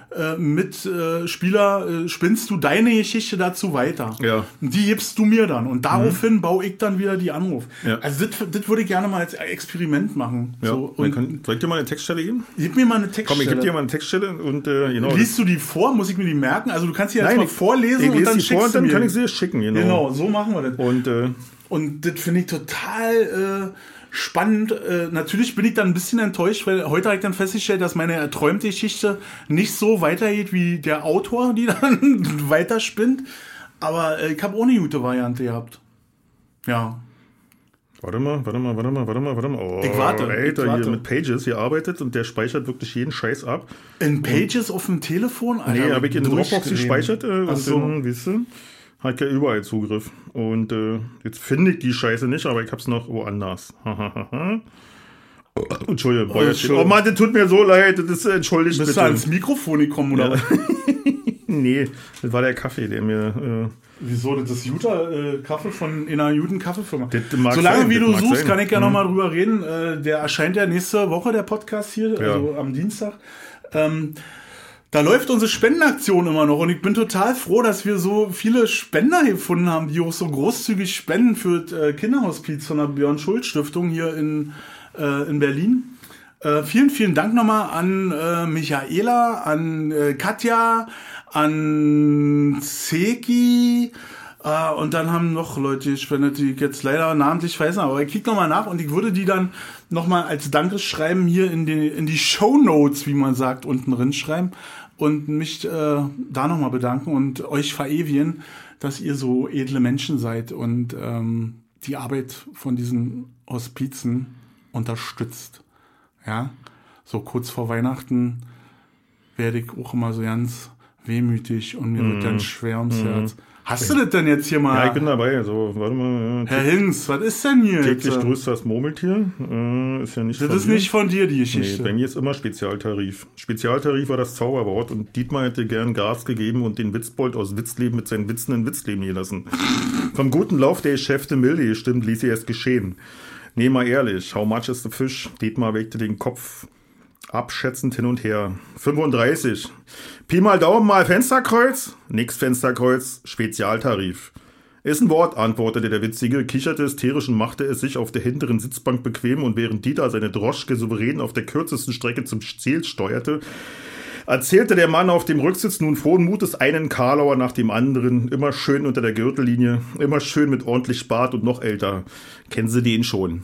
Mitspieler, spinnst du deine Geschichte dazu weiter. Ja. Und die gibst du mir dann. Und daraufhin baue ich dann wieder die Anruf. Ja. Also das würde ich gerne mal als Experiment machen. Ja. So, soll ich dir mal eine Textstelle geben? Gib mir mal eine Textstelle. Komm, ich gebe dir mal eine Textstelle. Und, genau, liest du die vor? Muss ich mir die merken? Also du kannst die jetzt mal vorlesen und dann schickst du mir. Dann kann ich sie schicken. Genau, so machen wir das. Und das finde ich total spannend. Natürlich bin ich dann ein bisschen enttäuscht, weil heute habe ich dann festgestellt, dass meine erträumte Geschichte nicht so weitergeht wie der Autor, die dann weiterspinnt. Aber ich habe auch eine gute Variante gehabt. Ja. Warte mal. Oh, ich warte. Alter, hier mit Pages hier arbeitet und der speichert wirklich jeden Scheiß ab. In Pages auf dem Telefon? Alter, nee, habe ich in Dropbox gespeichert. Und dann, weißt du, hat ja überall Zugriff. Und jetzt finde ich die Scheiße nicht, aber ich hab's noch woanders. Entschuldigung. Oh Mann, das tut mir so leid. Das ist, entschuldigt bitte. Bist du ans Mikrofon gekommen, oder? Nee, das war der Kaffee, der mir... Wieso? Das ist Kaffee von einer Judenkaffeefirma. Solange wie du suchst, kann ich ja nochmal drüber reden. Der erscheint ja nächste Woche, der Podcast hier, also am Dienstag. Da läuft unsere Spendenaktion immer noch und ich bin total froh, dass wir so viele Spender gefunden haben, die auch so großzügig spenden für das Kinderhospiz von der Björn-Schulz-Stiftung hier in Berlin. Vielen, vielen Dank nochmal an Michaela, an Katja, an Zeki und dann haben noch Leute gespendet, die ich jetzt leider namentlich weiß, aber ich klicke nochmal nach und ich würde die dann nochmal als Dankeschreiben hier in die Shownotes, wie man sagt, unten drin schreiben und mich da nochmal bedanken und euch verewigen, dass ihr so edle Menschen seid und die Arbeit von diesen Hospizen unterstützt. Ja, so kurz vor Weihnachten werde ich auch immer so ganz wehmütig und mir wird ganz schwer ums Herz. Hast du das denn jetzt hier mal? Ja, ich bin dabei. Also, warte mal. Herr Hinz, was ist denn hier? Täglich grüßt das Murmeltier. Ist ja nicht das ist nicht von dir, die Geschichte. Nee, bei mir ist immer Spezialtarif. Spezialtarif war das Zauberwort und Dietmar hätte gern Gas gegeben und den Witzbold aus Witzleben mit seinen Witzen in Witzleben gelassen. Vom guten Lauf der Geschäfte milde gestimmt, ließ er es geschehen. Nee, mal ehrlich, how much is the fish? Dietmar wägte den Kopf abschätzend hin und her. 35. Pi mal Daumen mal Fensterkreuz? Nix Fensterkreuz, Spezialtarif. Ist ein Wort, antwortete der Witzige, kicherte hysterisch und machte es sich auf der hinteren Sitzbank bequem und während Dieter seine Droschke souverän auf der kürzesten Strecke zum Ziel steuerte, erzählte der Mann auf dem Rücksitz nun frohen Mutes einen Karlauer nach dem anderen, immer schön unter der Gürtellinie, immer schön mit ordentlich Bart und noch älter. Kennen Sie den schon?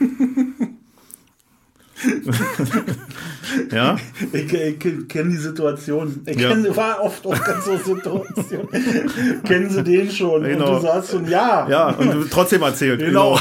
Ja? Ich kenne die Situation. War oft auch ganz so Situation. Kennen Sie den schon? Genau. Und du sagst schon, ja. Ja, und du trotzdem erzählt. Genau.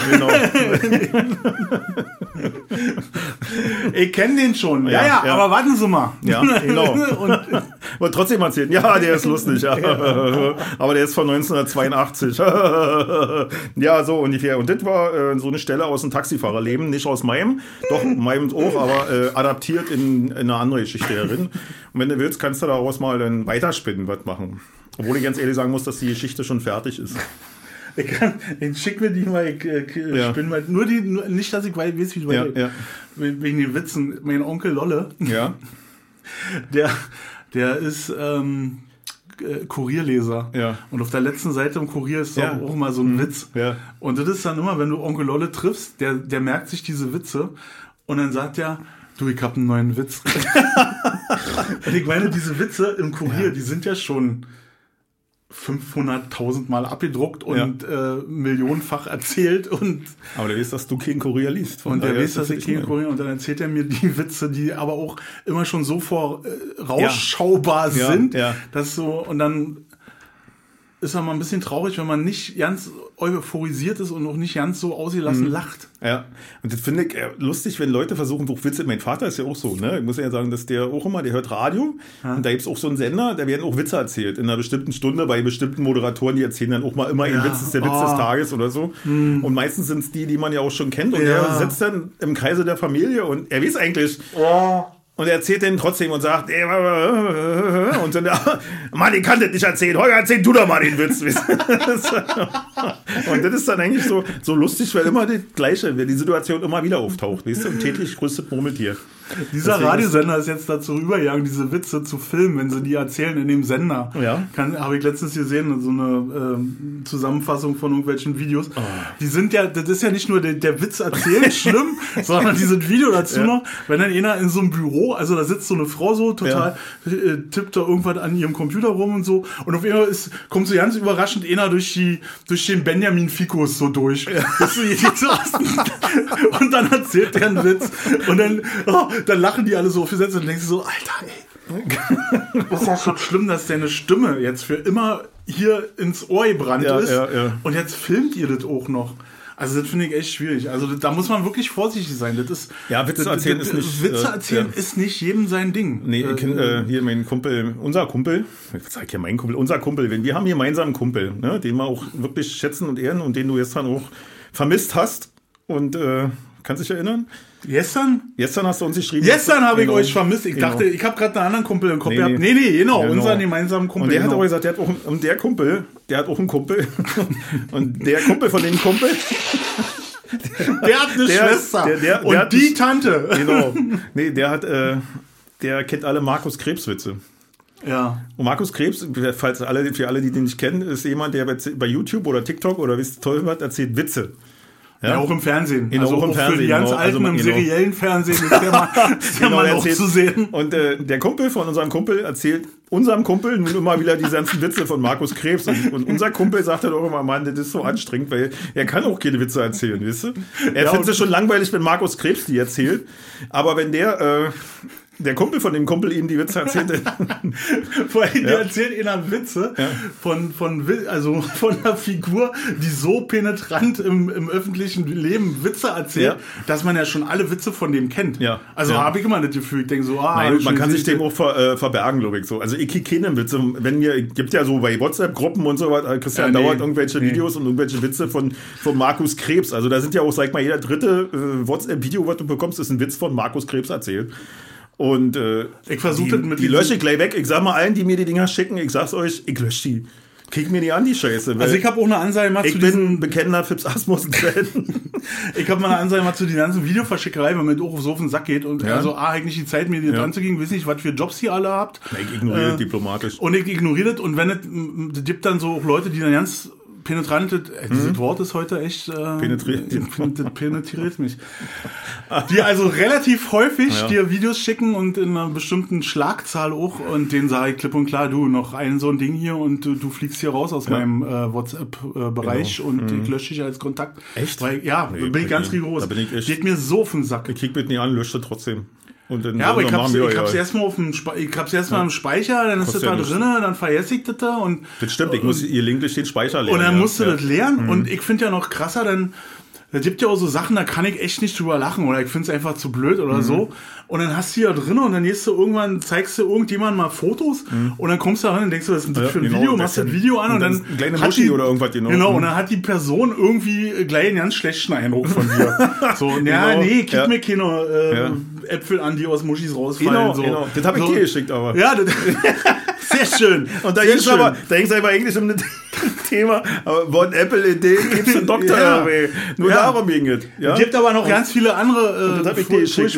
Ich kenne den schon. Ja, aber warten Sie mal. Ja, genau. Und trotzdem erzählt. Ja, der ist lustig. Ja. Aber der ist von 1982. Ja, so ungefähr. Und das war so eine Stelle aus dem Taxifahrerleben. Nicht aus meinem. Doch, meinem auch, aber adaptiert in eine andere Geschichte herin. Und wenn du willst, kannst du daraus mal dann weiterspinnen, was machen. Obwohl ich ganz ehrlich sagen muss, dass die Geschichte schon fertig ist. Ich schick mir die mal, spinne mal. Nicht, dass ich weiß, wie du wegen den Witzen. Mein Onkel Lolle, der ist Kurierleser. Ja. Und auf der letzten Seite im Kurier ist auch mal so ein Witz. Ja. Und das ist dann immer, wenn du Onkel Lolle triffst, der merkt sich diese Witze und dann sagt er, du, ich hab einen neuen Witz. Und ich meine, diese Witze im Kurier, die sind ja schon 500.000 Mal abgedruckt und millionenfach erzählt. Aber der weiß, dass du keinen Kurier liest. Und der weiß, dass ich keinen Kurier. Und dann erzählt er mir die Witze, die aber auch immer schon so vorausschaubar sind, dass so, und dann ist ja mal ein bisschen traurig, wenn man nicht ganz euphorisiert ist und auch nicht ganz so ausgelassen lacht. Ja, und das finde ich lustig, wenn Leute versuchen, durch Witze, mein Vater ist ja auch so, ne? Ich muss ja sagen, dass der auch immer, der hört Radio und da gibt es auch so einen Sender, da werden auch Witze erzählt in einer bestimmten Stunde bei bestimmten Moderatoren, die erzählen dann auch mal immer einen Witz, das ist der Witz des Tages oder so. Und meistens sind es die man ja auch schon kennt und der sitzt dann im Kreise der Familie und er weiß eigentlich... Und er erzählt den trotzdem und sagt, und dann, Mann, ich kann das nicht erzählen. Holger, erzähl du doch mal den Witz. Und das ist dann eigentlich so lustig, weil immer das Gleiche, weil die Situation immer wieder auftaucht. Weißt du, und täglich größtes Murmeltier. Dieser Radiosender ist jetzt dazu übergegangen, diese Witze zu filmen, wenn sie die erzählen in dem Sender. Ja. Habe ich letztens gesehen, so eine Zusammenfassung von irgendwelchen Videos. Oh. Die sind ja, das ist ja nicht nur der Witz erzählen schlimm, sondern dieses Video dazu noch, wenn dann einer in so einem Büro, also da sitzt so eine Frau so, total, tippt da irgendwas an ihrem Computer rum und so, und auf einmal kommt so ganz überraschend einer durch den Benjamin Ficus so durch. Ja. Und dann erzählt der einen Witz und dann lachen die alle so auf die Sätze und denkst du so, Alter, ey. Das ist ja schon schlimm, dass deine Stimme jetzt für immer hier ins Ohr gebrannt ist. Ja. Und jetzt filmt ihr das auch noch. Also das finde ich echt schwierig. Also da muss man wirklich vorsichtig sein. Das ist, Witze erzählen ist nicht... Witze erzählen ist nicht jedem sein Ding. Nee, ich kenne hier meinen Kumpel, unser Kumpel, unser Kumpel, wir haben hier gemeinsam einen Kumpel, ne, den wir auch wirklich schätzen und ehren und den du jetzt dann auch vermisst hast. Und kannst dich erinnern? Gestern hast du uns geschrieben. Gestern habe ich euch vermisst. Ich dachte, ich habe gerade einen anderen Kumpel im Kopf gehabt. Nee, genau, unseren gemeinsamen Kumpel. Und der hat auch gesagt, der hat auch einen Kumpel. Und der Kumpel von dem Kumpel... Der hat eine Schwester. Und die Tante. Genau. Nee, der kennt alle Markus Krebs-Witze. Ja. Und Markus Krebs, für alle, die den nicht kennen, ist jemand, der bei YouTube oder TikTok oder wie es toll wird, erzählt Witze. Ja, auch im Fernsehen. Genau, also auch im Fernsehen. Für die ganz alten, im seriellen Fernsehen ist der Mann auch zu sehen. Und der Kumpel von unserem Kumpel erzählt unserem Kumpel nun immer wieder die ganzen Witze von Markus Krebs. Und unser Kumpel sagt dann auch immer, Mann, das ist so anstrengend, weil er kann auch keine Witze erzählen, weißt du? Er findet es schon langweilig, wenn Markus Krebs die erzählt. Aber wenn der Kumpel von dem Kumpel ihm die Witze erzählt. Vor allem, der erzählt ihnen Witze von einer Figur, die so penetrant im öffentlichen Leben Witze erzählt, dass man ja schon alle Witze von dem kennt. Ja. Also habe ich immer das Gefühl, ich denke so, nein, man kann sich dem auch verbergen, glaube ich so. Also ich kriege keine Witze. Gibt ja so bei WhatsApp-Gruppen und so was, Christian dauert irgendwelche Videos und irgendwelche Witze von Markus Krebs. Also da sind ja auch, sag mal, jeder dritte WhatsApp-Video, was du bekommst, ist ein Witz von Markus Krebs erzählt. Und ich versuche die lösche ich gleich weg. Ich sag mal allen, die mir die Dinger schicken, ich sag's euch, ich lösche die. Krieg mir die an, die Scheiße. Also ich habe auch eine Ansage mal zu diesen... Ich bin bekennender Fips Asmussen-Fan. Ich habe mal eine Ansage mal zu den ganzen Videoverschickerei, weil mir das auch so auf den Sack geht. Und also eigentlich die Zeit, mir die anzugehen, weiß nicht, was für Jobs ihr alle habt. Ich ignoriere das diplomatisch. Und ich ignoriere das. Und wenn es gibt dann so auch Leute, die dann ganz... penetrant, dieses Wort ist heute echt penetriert mich. Die also relativ häufig dir Videos schicken und in einer bestimmten Schlagzahl auch und denen sage ich klipp und klar, du, noch so ein Ding hier und du fliegst hier raus aus meinem WhatsApp-Bereich und ich lösche dich als Kontakt. Echt? Weil, bin ich ganz rigoros. Geht mir so auf den Sack. Ich krieg mit nie an, lösche trotzdem. Und dann aber ich hab's erstmal im Speicher, dann ist das da drin, dann vergesse ich das da und. Das stimmt, ich muss ihr Link durch den Speicher lernen. Und dann musst du das lernen und ich finde ja noch krasser, dann da gibt ja auch so Sachen, da kann ich echt nicht drüber lachen oder ich finde es einfach zu blöd oder so. Und dann hast du ja drin und dann zeigst du irgendjemandem mal Fotos und dann kommst du da rein und denkst du, was ist denn das für ein Video? Machst das Video an und dann eine kleine Muschi oder irgendwas, Genau, und dann hat die Person irgendwie gleich einen ganz schlechten Eindruck von dir. So, nee, gib mir keine Äpfel an, die aus Muschis rausfallen. Genau. Das habe ich dir geschickt, aber. Ja, sehr schön. Und da ging es aber eigentlich um das Thema, aber One Apple Idee gibt's einen Doktor nur darum ging es. Es gibt aber noch ganz viele andere das habe ich dir geschickt.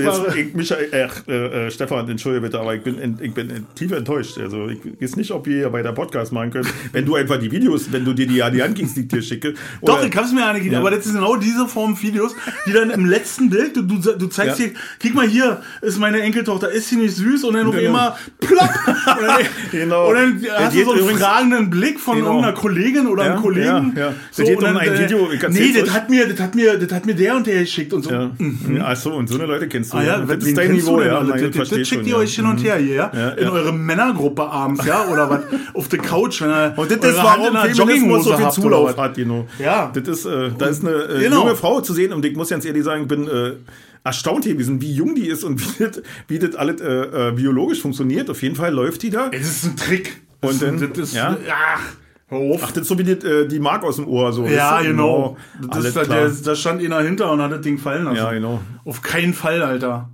Stefan, entschuldige bitte, aber ich bin tief enttäuscht. Also ich weiß nicht, ob wir hier bei der Podcast machen können, wenn du einfach die Videos, wenn du dir die angehst, die ich dir schicke. Doch, ich hab's mir angegeben, aber das ist genau diese Form Videos, die dann im letzten Bild, du zeigst dir, guck mal hier, ist meine Enkeltochter, ist sie nicht süß? Und dann noch immer plopp. Und dann hast du so einen fragenden Blick von irgendeiner Kollegin Kollegin oder einem Kollegen. Ja. So, das um ein Video. Das hat mir der und der geschickt und so. Ja. Achso, und so eine Leute kennst du. Ja, das ist dein Niveau, Das schickt ihr euch hin und her hier, ja? In eure Männergruppe abends, ja? Oder was? Auf der Couch, wenn ihr und das ist, warum Feminismus so viel Zulauf hat, Ja. Das ist, da ist eine junge Frau zu sehen und ich muss ganz ehrlich sagen, ich bin erstaunt gewesen, wie jung die ist und wie das alles biologisch funktioniert. Auf jeden Fall läuft die da. Es ist ein Trick. Und dann, hör auf. Ach, das ist so wie die Mark aus dem Ohr. So. Ja, genau. Da stand einer hinter und hat das Ding fallen lassen. Ja, genau. Auf keinen Fall, Alter.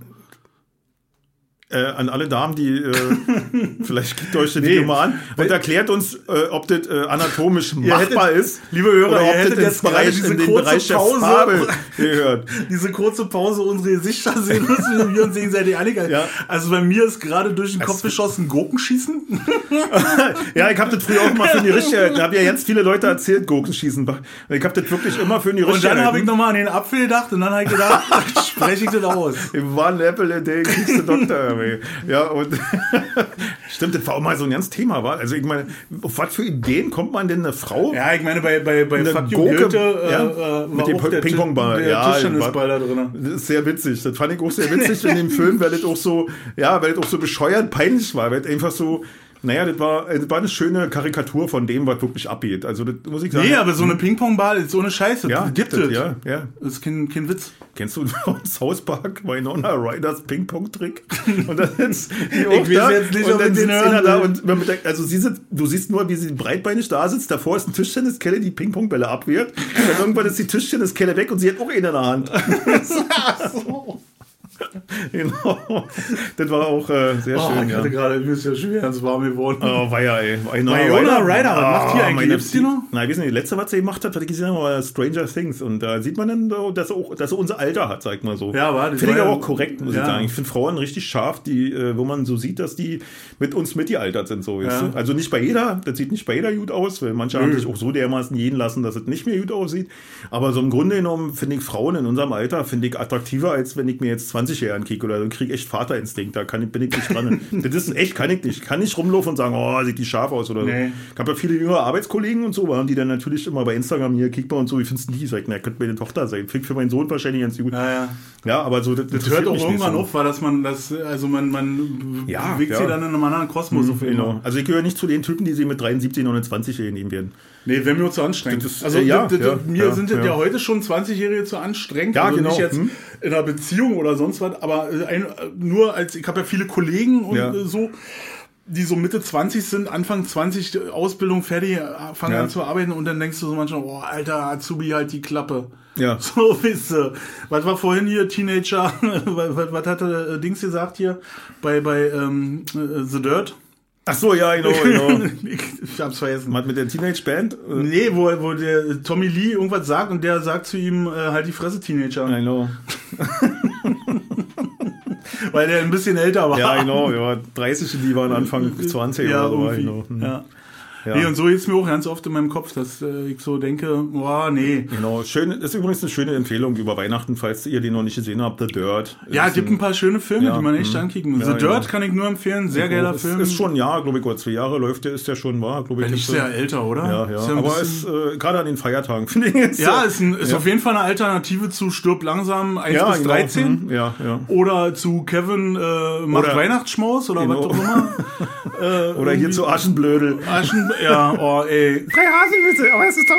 An alle Damen, die vielleicht klickt euch das Video mal an und erklärt uns, ob das anatomisch machbar ist. Liebe Hörer, oder ihr hättet jetzt gerade in den Bereich der Farbe gehört. Diese kurze Pause, unsere Gesichter sehen müssen, wir uns gegenseitig anlegen. Ja. Also bei mir ist gerade durch den Kopf geschossen Gurkenschießen. Ja, ich habe das früher auch mal für die Richtige, da haben ja ganz viele Leute erzählt, Gurkenschießen. Ich habe das wirklich immer für die Richtige. Und dann habe ich nochmal an den Apfel gedacht und dann habe ich gedacht, spreche ich das aus. One apple a day keeps the doctor. Ja, und stimmt, das war auch mal so ein ganz Thema, war. Also ich meine, auf was für Ideen kommt man denn eine Frau? Ja, ich meine, bei Fuck You Goethe mit dem Ping-Pong-Ball. Der Tischtennisball da drin. Das ist sehr witzig. Das fand ich auch sehr witzig in dem Film, weil das auch so bescheuert peinlich war, weil einfach so. Naja, das war eine schöne Karikatur von dem, was wirklich abgeht. Also, das muss ich sagen. Nee, aber so eine Ping-Pong-Ball ist so eine Scheiße. Ja, gibt es. Ja. Das ist kein Witz. Kennst du South Park, Winona Riders Ping-Pong-Trick? Und dann ist die auch ich da, jetzt nicht, und dann sitzt einer da und also du siehst nur, wie sie breitbeinig da sitzt. Davor ist ein Tischtenniskelle, die Ping-Pong-Bälle abwehrt. Und dann irgendwann ist die Tischtenniskelle weg und sie hat auch einen in der Hand. So. Genau. Das war auch sehr schön. Ich hatte gerade ein bisschen schwer ins Warme geworden. Oh, war ja, ey. Winona Ryder, was macht die eigentlich? Gibt's die noch? Na, ich weiß nicht, die letzte, was sie gemacht hat, was ich gesehen habe, war Stranger Things. Und da sieht man dann, dass sie unser Alter hat, sag mal so. Ja, war das. Finde ich aber auch korrekt, muss ich sagen. Ich finde Frauen richtig scharf, wo man so sieht, dass die mit uns mitgealtert sind. So, ja. Also nicht bei jeder, das sieht nicht bei jeder gut aus, weil manche haben sich auch so dermaßen jeden lassen, dass es nicht mehr gut aussieht. Aber so im Grunde genommen finde ich Frauen in unserem Alter attraktiver, als wenn ich mir jetzt 20 Jahre ankicke oder so. Krieg echt Vaterinstinkt, da bin ich nicht dran. Das ist echt, kann ich nicht. Ich kann nicht rumlaufen und sagen, oh, sieht die scharf aus oder so. Ich habe ja viele jüngere Arbeitskollegen und so, waren die dann natürlich immer bei Instagram hier, kick mal und so, wie findest du die? Sag, na, könnte meine Tochter sein. Fick für meinen Sohn wahrscheinlich ganz gut. Ja, aber so, das hört auch irgendwann auf, weil man bewegt sie dann in einem anderen Kosmos auf jeden Fall. Genau. Also ich gehöre nicht zu den Typen, die sie mit 73, 29 nehmen werden. Nee, wäre mir zu anstrengend. Mir sind ja heute schon 20-Jährige zu anstrengend. Ja, genau. Nicht jetzt in einer Beziehung oder sonst was, aber ich habe ja viele Kollegen und so, die so Mitte 20 sind, Anfang 20, Ausbildung fertig, fangen an zu arbeiten und dann denkst du so manchmal, oh, Alter, Azubi, halt die Klappe. Ja. So, weißt du. Was war vorhin hier, Teenager, was hatte Dings gesagt hier bei The Dirt? Ach so, ja, genau. Ich hab's vergessen. Mit der Teenage-Band? Nee, wo der Tommy Lee irgendwas sagt und der sagt zu ihm, halt die Fresse, Teenager. I know. Weil der ein bisschen älter war. Ja, genau. Ja, 30, die waren Anfang 20 ja, oder so. Irgendwie. Ja. Nee, und so ist mir auch ganz oft in meinem Kopf, dass ich so denke, boah, nee. Genau, das ist übrigens eine schöne Empfehlung über Weihnachten, falls ihr den noch nicht gesehen habt, The Dirt. Ja, es gibt ein paar schöne Filme, die man echt ankicken muss. The Dirt kann ich nur empfehlen, sehr geiler Film. Ist schon, glaube ich, oder 2 Jahre läuft der, ist der schon, glaube ich. Wenn nicht sehr älter, oder? Ja. Aber ist gerade an den Feiertagen, finde ich jetzt. Ja, ist auf jeden Fall eine Alternative zu Stirb langsam 1 bis 13. Ja. Oder zu Kevin macht Weihnachtsschmaus oder was auch immer. Oder hier zu Aschenblödel. Ja, oh ey. 3 Haselnüsse, aber es ist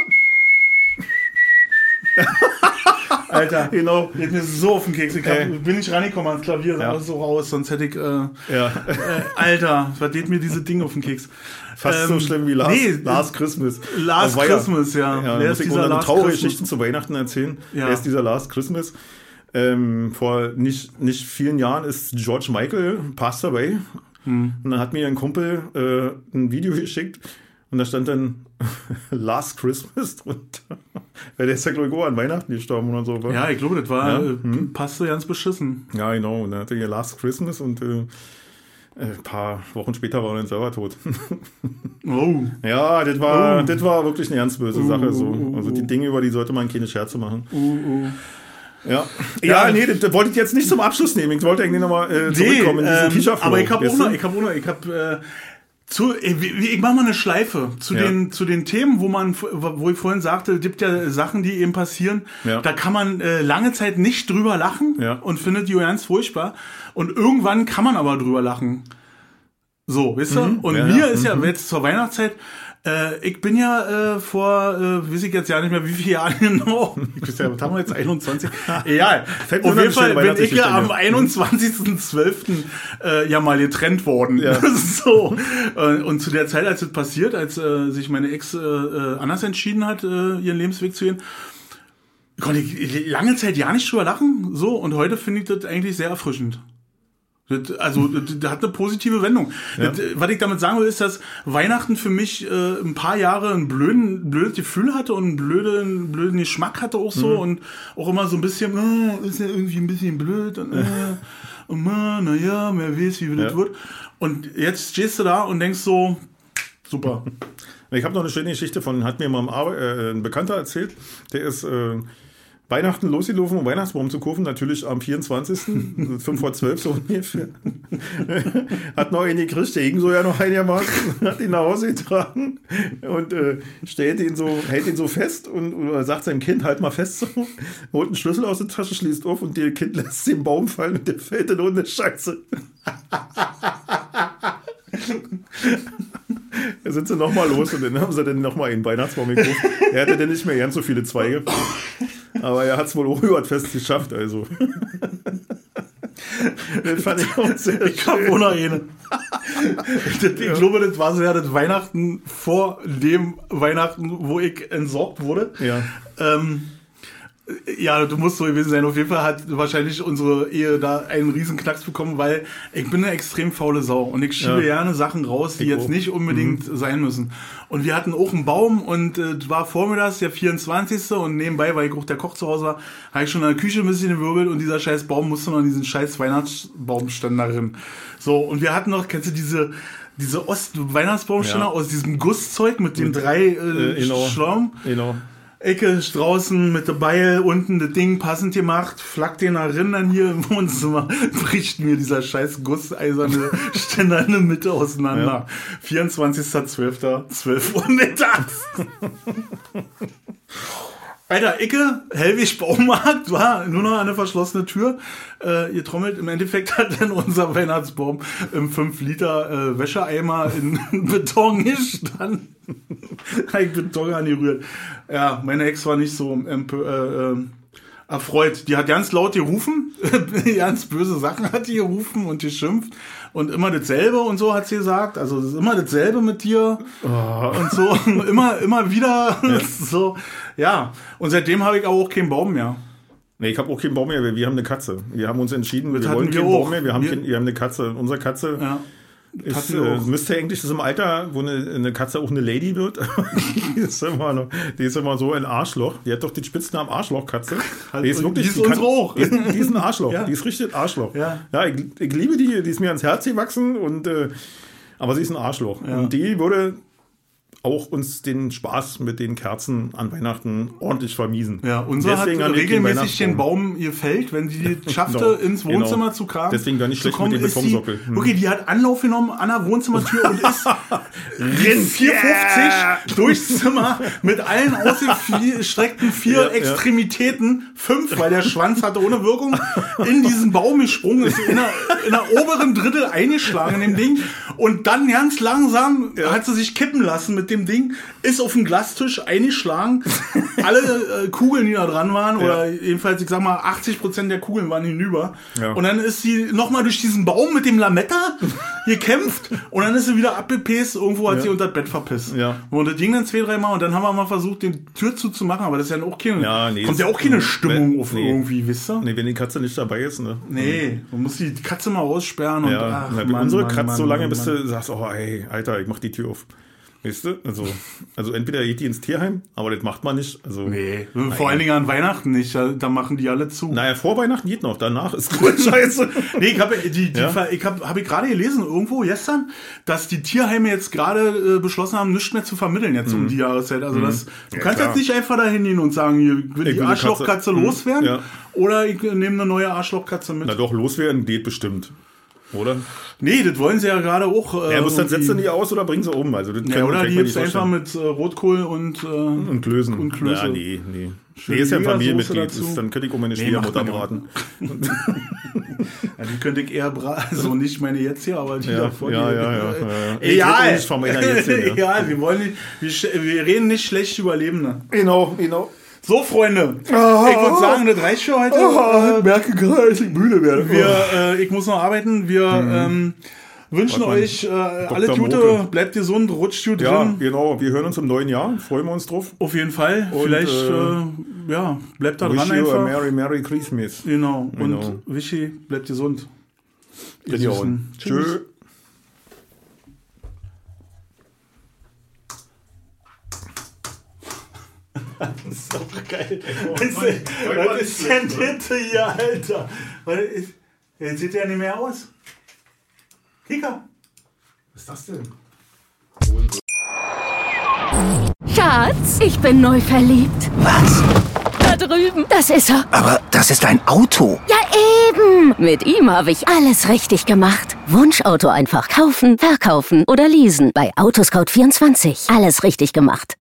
doch... Alter, genau. Geht mir so auf den Keks. Bin ich rangekommen ans Klavier, so raus, sonst hätte ich... Alter, was geht mir diese Dinge auf den Keks? Fast so schlimm wie Last Christmas. Last Christmas, ja. Wer ist dieser Last Christmas? Traurige Geschichten zu Weihnachten erzählen. Ja. Wer ist dieser Last Christmas? Vor nicht vielen Jahren ist George Michael passed away. Und dann hat mir ein Kumpel ein Video geschickt und da stand dann Last Christmas drunter. Weil der ist ja, glaube ich, auch an Weihnachten gestorben oder so. Ja, ich glaube, das war passte ganz beschissen. Ja, genau. Und dann hatte er Last Christmas und ein paar Wochen später war er dann selber tot. Oh. Ja, das war wirklich eine ganz böse Sache. So. Also die Dinge, über die sollte man keine Scherze machen. Ja, nee, das wollte ich jetzt nicht zum Abschluss nehmen. Ich wollte eigentlich nochmal zurückkommen in diesen Kicherflow. Aber ich habe Ich mache mal eine Schleife zu den Themen, wo ich vorhin sagte, es gibt ja Sachen, die eben passieren. Ja. Da kann man lange Zeit nicht drüber lachen und findet die ganz furchtbar. Und irgendwann kann man aber drüber lachen. So, wisst ihr? Und mir ist ja jetzt zur Weihnachtszeit, ich bin ja weiß ich jetzt ja nicht mehr, wie viele Jahre genau. Was haben wir jetzt? 21? Egal. Auf jeden Fall bin ich ja am 21.12. Ja mal getrennt worden. Ja. So. Und zu der Zeit, als das passiert, als sich meine Ex anders entschieden hat, ihren Lebensweg zu gehen, konnte ich lange Zeit ja nicht drüber lachen. So. Und heute finde ich das eigentlich sehr erfrischend. Also, das hat eine positive Wendung. Ja. Was ich damit sagen will, ist, dass Weihnachten für mich ein paar Jahre ein blödes Gefühl hatte und einen blöden Geschmack hatte auch so und auch immer so ein bisschen, ist ja irgendwie ein bisschen blöd und naja, wer weiß, wie das wird. Und jetzt stehst du da und denkst so, super. Ich habe noch eine schöne Geschichte hat mir mal ein Bekannter erzählt, der ist Weihnachten losgelaufen, um Weihnachtsbaum zu kaufen, natürlich am 24., 5:12 so ungefähr. Hat noch einen gekriegt, der hing so ja noch einigermaßen, hat ihn nach Hause getragen und hält ihn so fest und sagt seinem Kind, halt mal fest so, holt einen Schlüssel aus der Tasche, schließt auf und das Kind lässt den Baum fallen und der fällt in ohne Scheiße. Da sind sie nochmal los und dann haben sie dann nochmal einen Weihnachtsbaum gekauft. Er hatte dann nicht mehr ganz so viele Zweige. Aber er hat es wohl auch überfest geschafft, also. Den fand ich auch sehr schön. Ich habe auch noch eine. Ich glaube, das war so ja das Weihnachten vor dem Weihnachten, wo ich entsorgt wurde. Ja. Ja, du musst so gewesen sein. Auf jeden Fall hat wahrscheinlich unsere Ehe da einen riesen Knacks bekommen, weil ich bin eine extrem faule Sau und ich schiebe gerne Sachen raus, die jetzt nicht unbedingt sein müssen. Und wir hatten auch einen Baum und es war vormittags, der 24. und nebenbei, weil ich auch der Koch zu Hause war, habe ich schon in der Küche ein bisschen gewirbelt und dieser scheiß Baum musste noch in diesen scheiß Weihnachtsbaumständer drin. So, und wir hatten noch, kennst du diese Ost-Weihnachtsbaumständer aus diesem Gusszeug mit den drei Schlaumen? Genau. Ecke draußen mit der Beil, unten das Ding passend gemacht, flackt den darin dann hier im Wohnzimmer, bricht mir dieser scheiß gusseiserne Ständer in der Mitte auseinander. Ja. 24.12., 12 Uhr mittags. Alter, Icke, Hellwig Baumarkt, war nur noch eine verschlossene Tür. Ihr trommelt, im Endeffekt hat dann unser Weihnachtsbaum im 5-Liter Wäscheeimer in Beton gestanden. Ich Beton angerührt. Ja, meine Ex war nicht so erfreut. Die hat ganz laut gerufen, ganz böse Sachen hat die gerufen und geschimpft. Und immer dasselbe und so hat sie gesagt. Also es ist immer dasselbe mit dir und so. immer wieder so. Ja, und seitdem habe ich aber auch keinen Baum mehr. Nee, ich habe auch keinen Baum mehr. Wir haben eine Katze. Wir haben uns entschieden, wir wollen keinen Baum mehr. Wir haben eine Katze. Unsere Katze müsste eigentlich, das ist im Alter, wo eine Katze auch eine Lady wird. Die ist immer so ein Arschloch. Die hat doch den Spitznamen Arschlochkatze. Die ist unsere auch. Die ist ein Arschloch. Ja. Die ist richtig ein Arschloch. Ja, ich liebe die ist mir ans Herz gewachsen, aber sie ist ein Arschloch. Ja. Und die würde auch uns den Spaß mit den Kerzen an Weihnachten ordentlich vermiesen. Ja, unsere hat regelmäßig den Baum gefällt, wenn sie schaffte, ins Wohnzimmer zu kramen. Deswegen gar nicht schlecht mit dem Betonsockel. Okay, die hat Anlauf genommen an der Wohnzimmertür und ist 4,50 durchs Zimmer mit allen ausgestreckten 4 Extremitäten, 5, weil der Schwanz hatte ohne Wirkung, in diesen Baum gesprungen, ist in der oberen Drittel eingeschlagen in dem Ding und dann ganz langsam hat sie sich kippen lassen mit dem Ding, ist auf den Glastisch eingeschlagen. Alle Kugeln, die da dran waren, oder jedenfalls, ich sag mal, 80% der Kugeln waren hinüber. Ja. Und dann ist sie nochmal durch diesen Baum mit dem Lametta gekämpft und dann ist sie wieder abgepäst. Irgendwo hat sie unter das Bett verpisst. Ja. Und das ging dann 2-3 Mal und dann haben wir mal versucht, die Tür zuzumachen, aber das ist ja auch keine, kommt ja auch keine Stimmung auf irgendwie, wisst ihr? Nee, wenn die Katze nicht dabei ist, ne? Nee, man muss die Katze mal aussperren und unsere kratzt so lange, bis du sagst, oh ey, Alter, ich mach die Tür auf. Weißt du? Also entweder geht die ins Tierheim, aber das macht man nicht. Also, nee, vor allen Dingen an Weihnachten nicht. Da machen die alle zu. Naja, vor Weihnachten geht noch, danach ist gut scheiße. Nee, ich habe gerade gelesen, irgendwo gestern, dass die Tierheime jetzt gerade beschlossen haben, nichts mehr zu vermitteln jetzt um die Jahreszeit. Also du kannst jetzt nicht einfach dahin gehen und sagen, ich will die Arschlochkatze loswerden oder ich nehme eine neue Arschlochkatze mit. Na doch, loswerden geht bestimmt. Oder? Nee, das wollen sie ja gerade auch. Ja, dann setzt du die aus oder bringen sie um. Also, das oder die gibt's einfach mit Rotkohl und Klößen. Und Klöße. Ja, nee. Nee, ist ja ein Familienmitglied. Dann könnte ich um meine Schwiegermutter braten. Ja, die könnte ich eher braten. Also nicht meine jetzt hier, aber die davor. Ja. Egal. Egal, egal, wir reden nicht schlecht über Lebende. Genau. So, Freunde, ich würde sagen, das reicht für heute. Ich merke gerade, dass ich müde werde. Ich muss noch arbeiten. Wir wünschen euch alles Gute, Moke. Bleibt gesund, rutscht gut Ja, drin. genau. Wir hören uns im neuen Jahr. Freuen wir uns drauf. Auf jeden Fall. Und, vielleicht, bleibt da dran Wish you a einfach. Merry Christmas. Genau. Und Wischi, bleibt gesund. Tschüss. Das ist doch geil. Was ist denn das hier, Alter? Jetzt sieht der nicht mehr aus. Kika. Was ist das denn? Schatz, ich bin neu verliebt. Was? Da drüben. Das ist er. Aber das ist ein Auto. Ja, eben. Mit ihm habe ich alles richtig gemacht. Wunschauto einfach kaufen, verkaufen oder leasen. Bei Autoscout24. Alles richtig gemacht.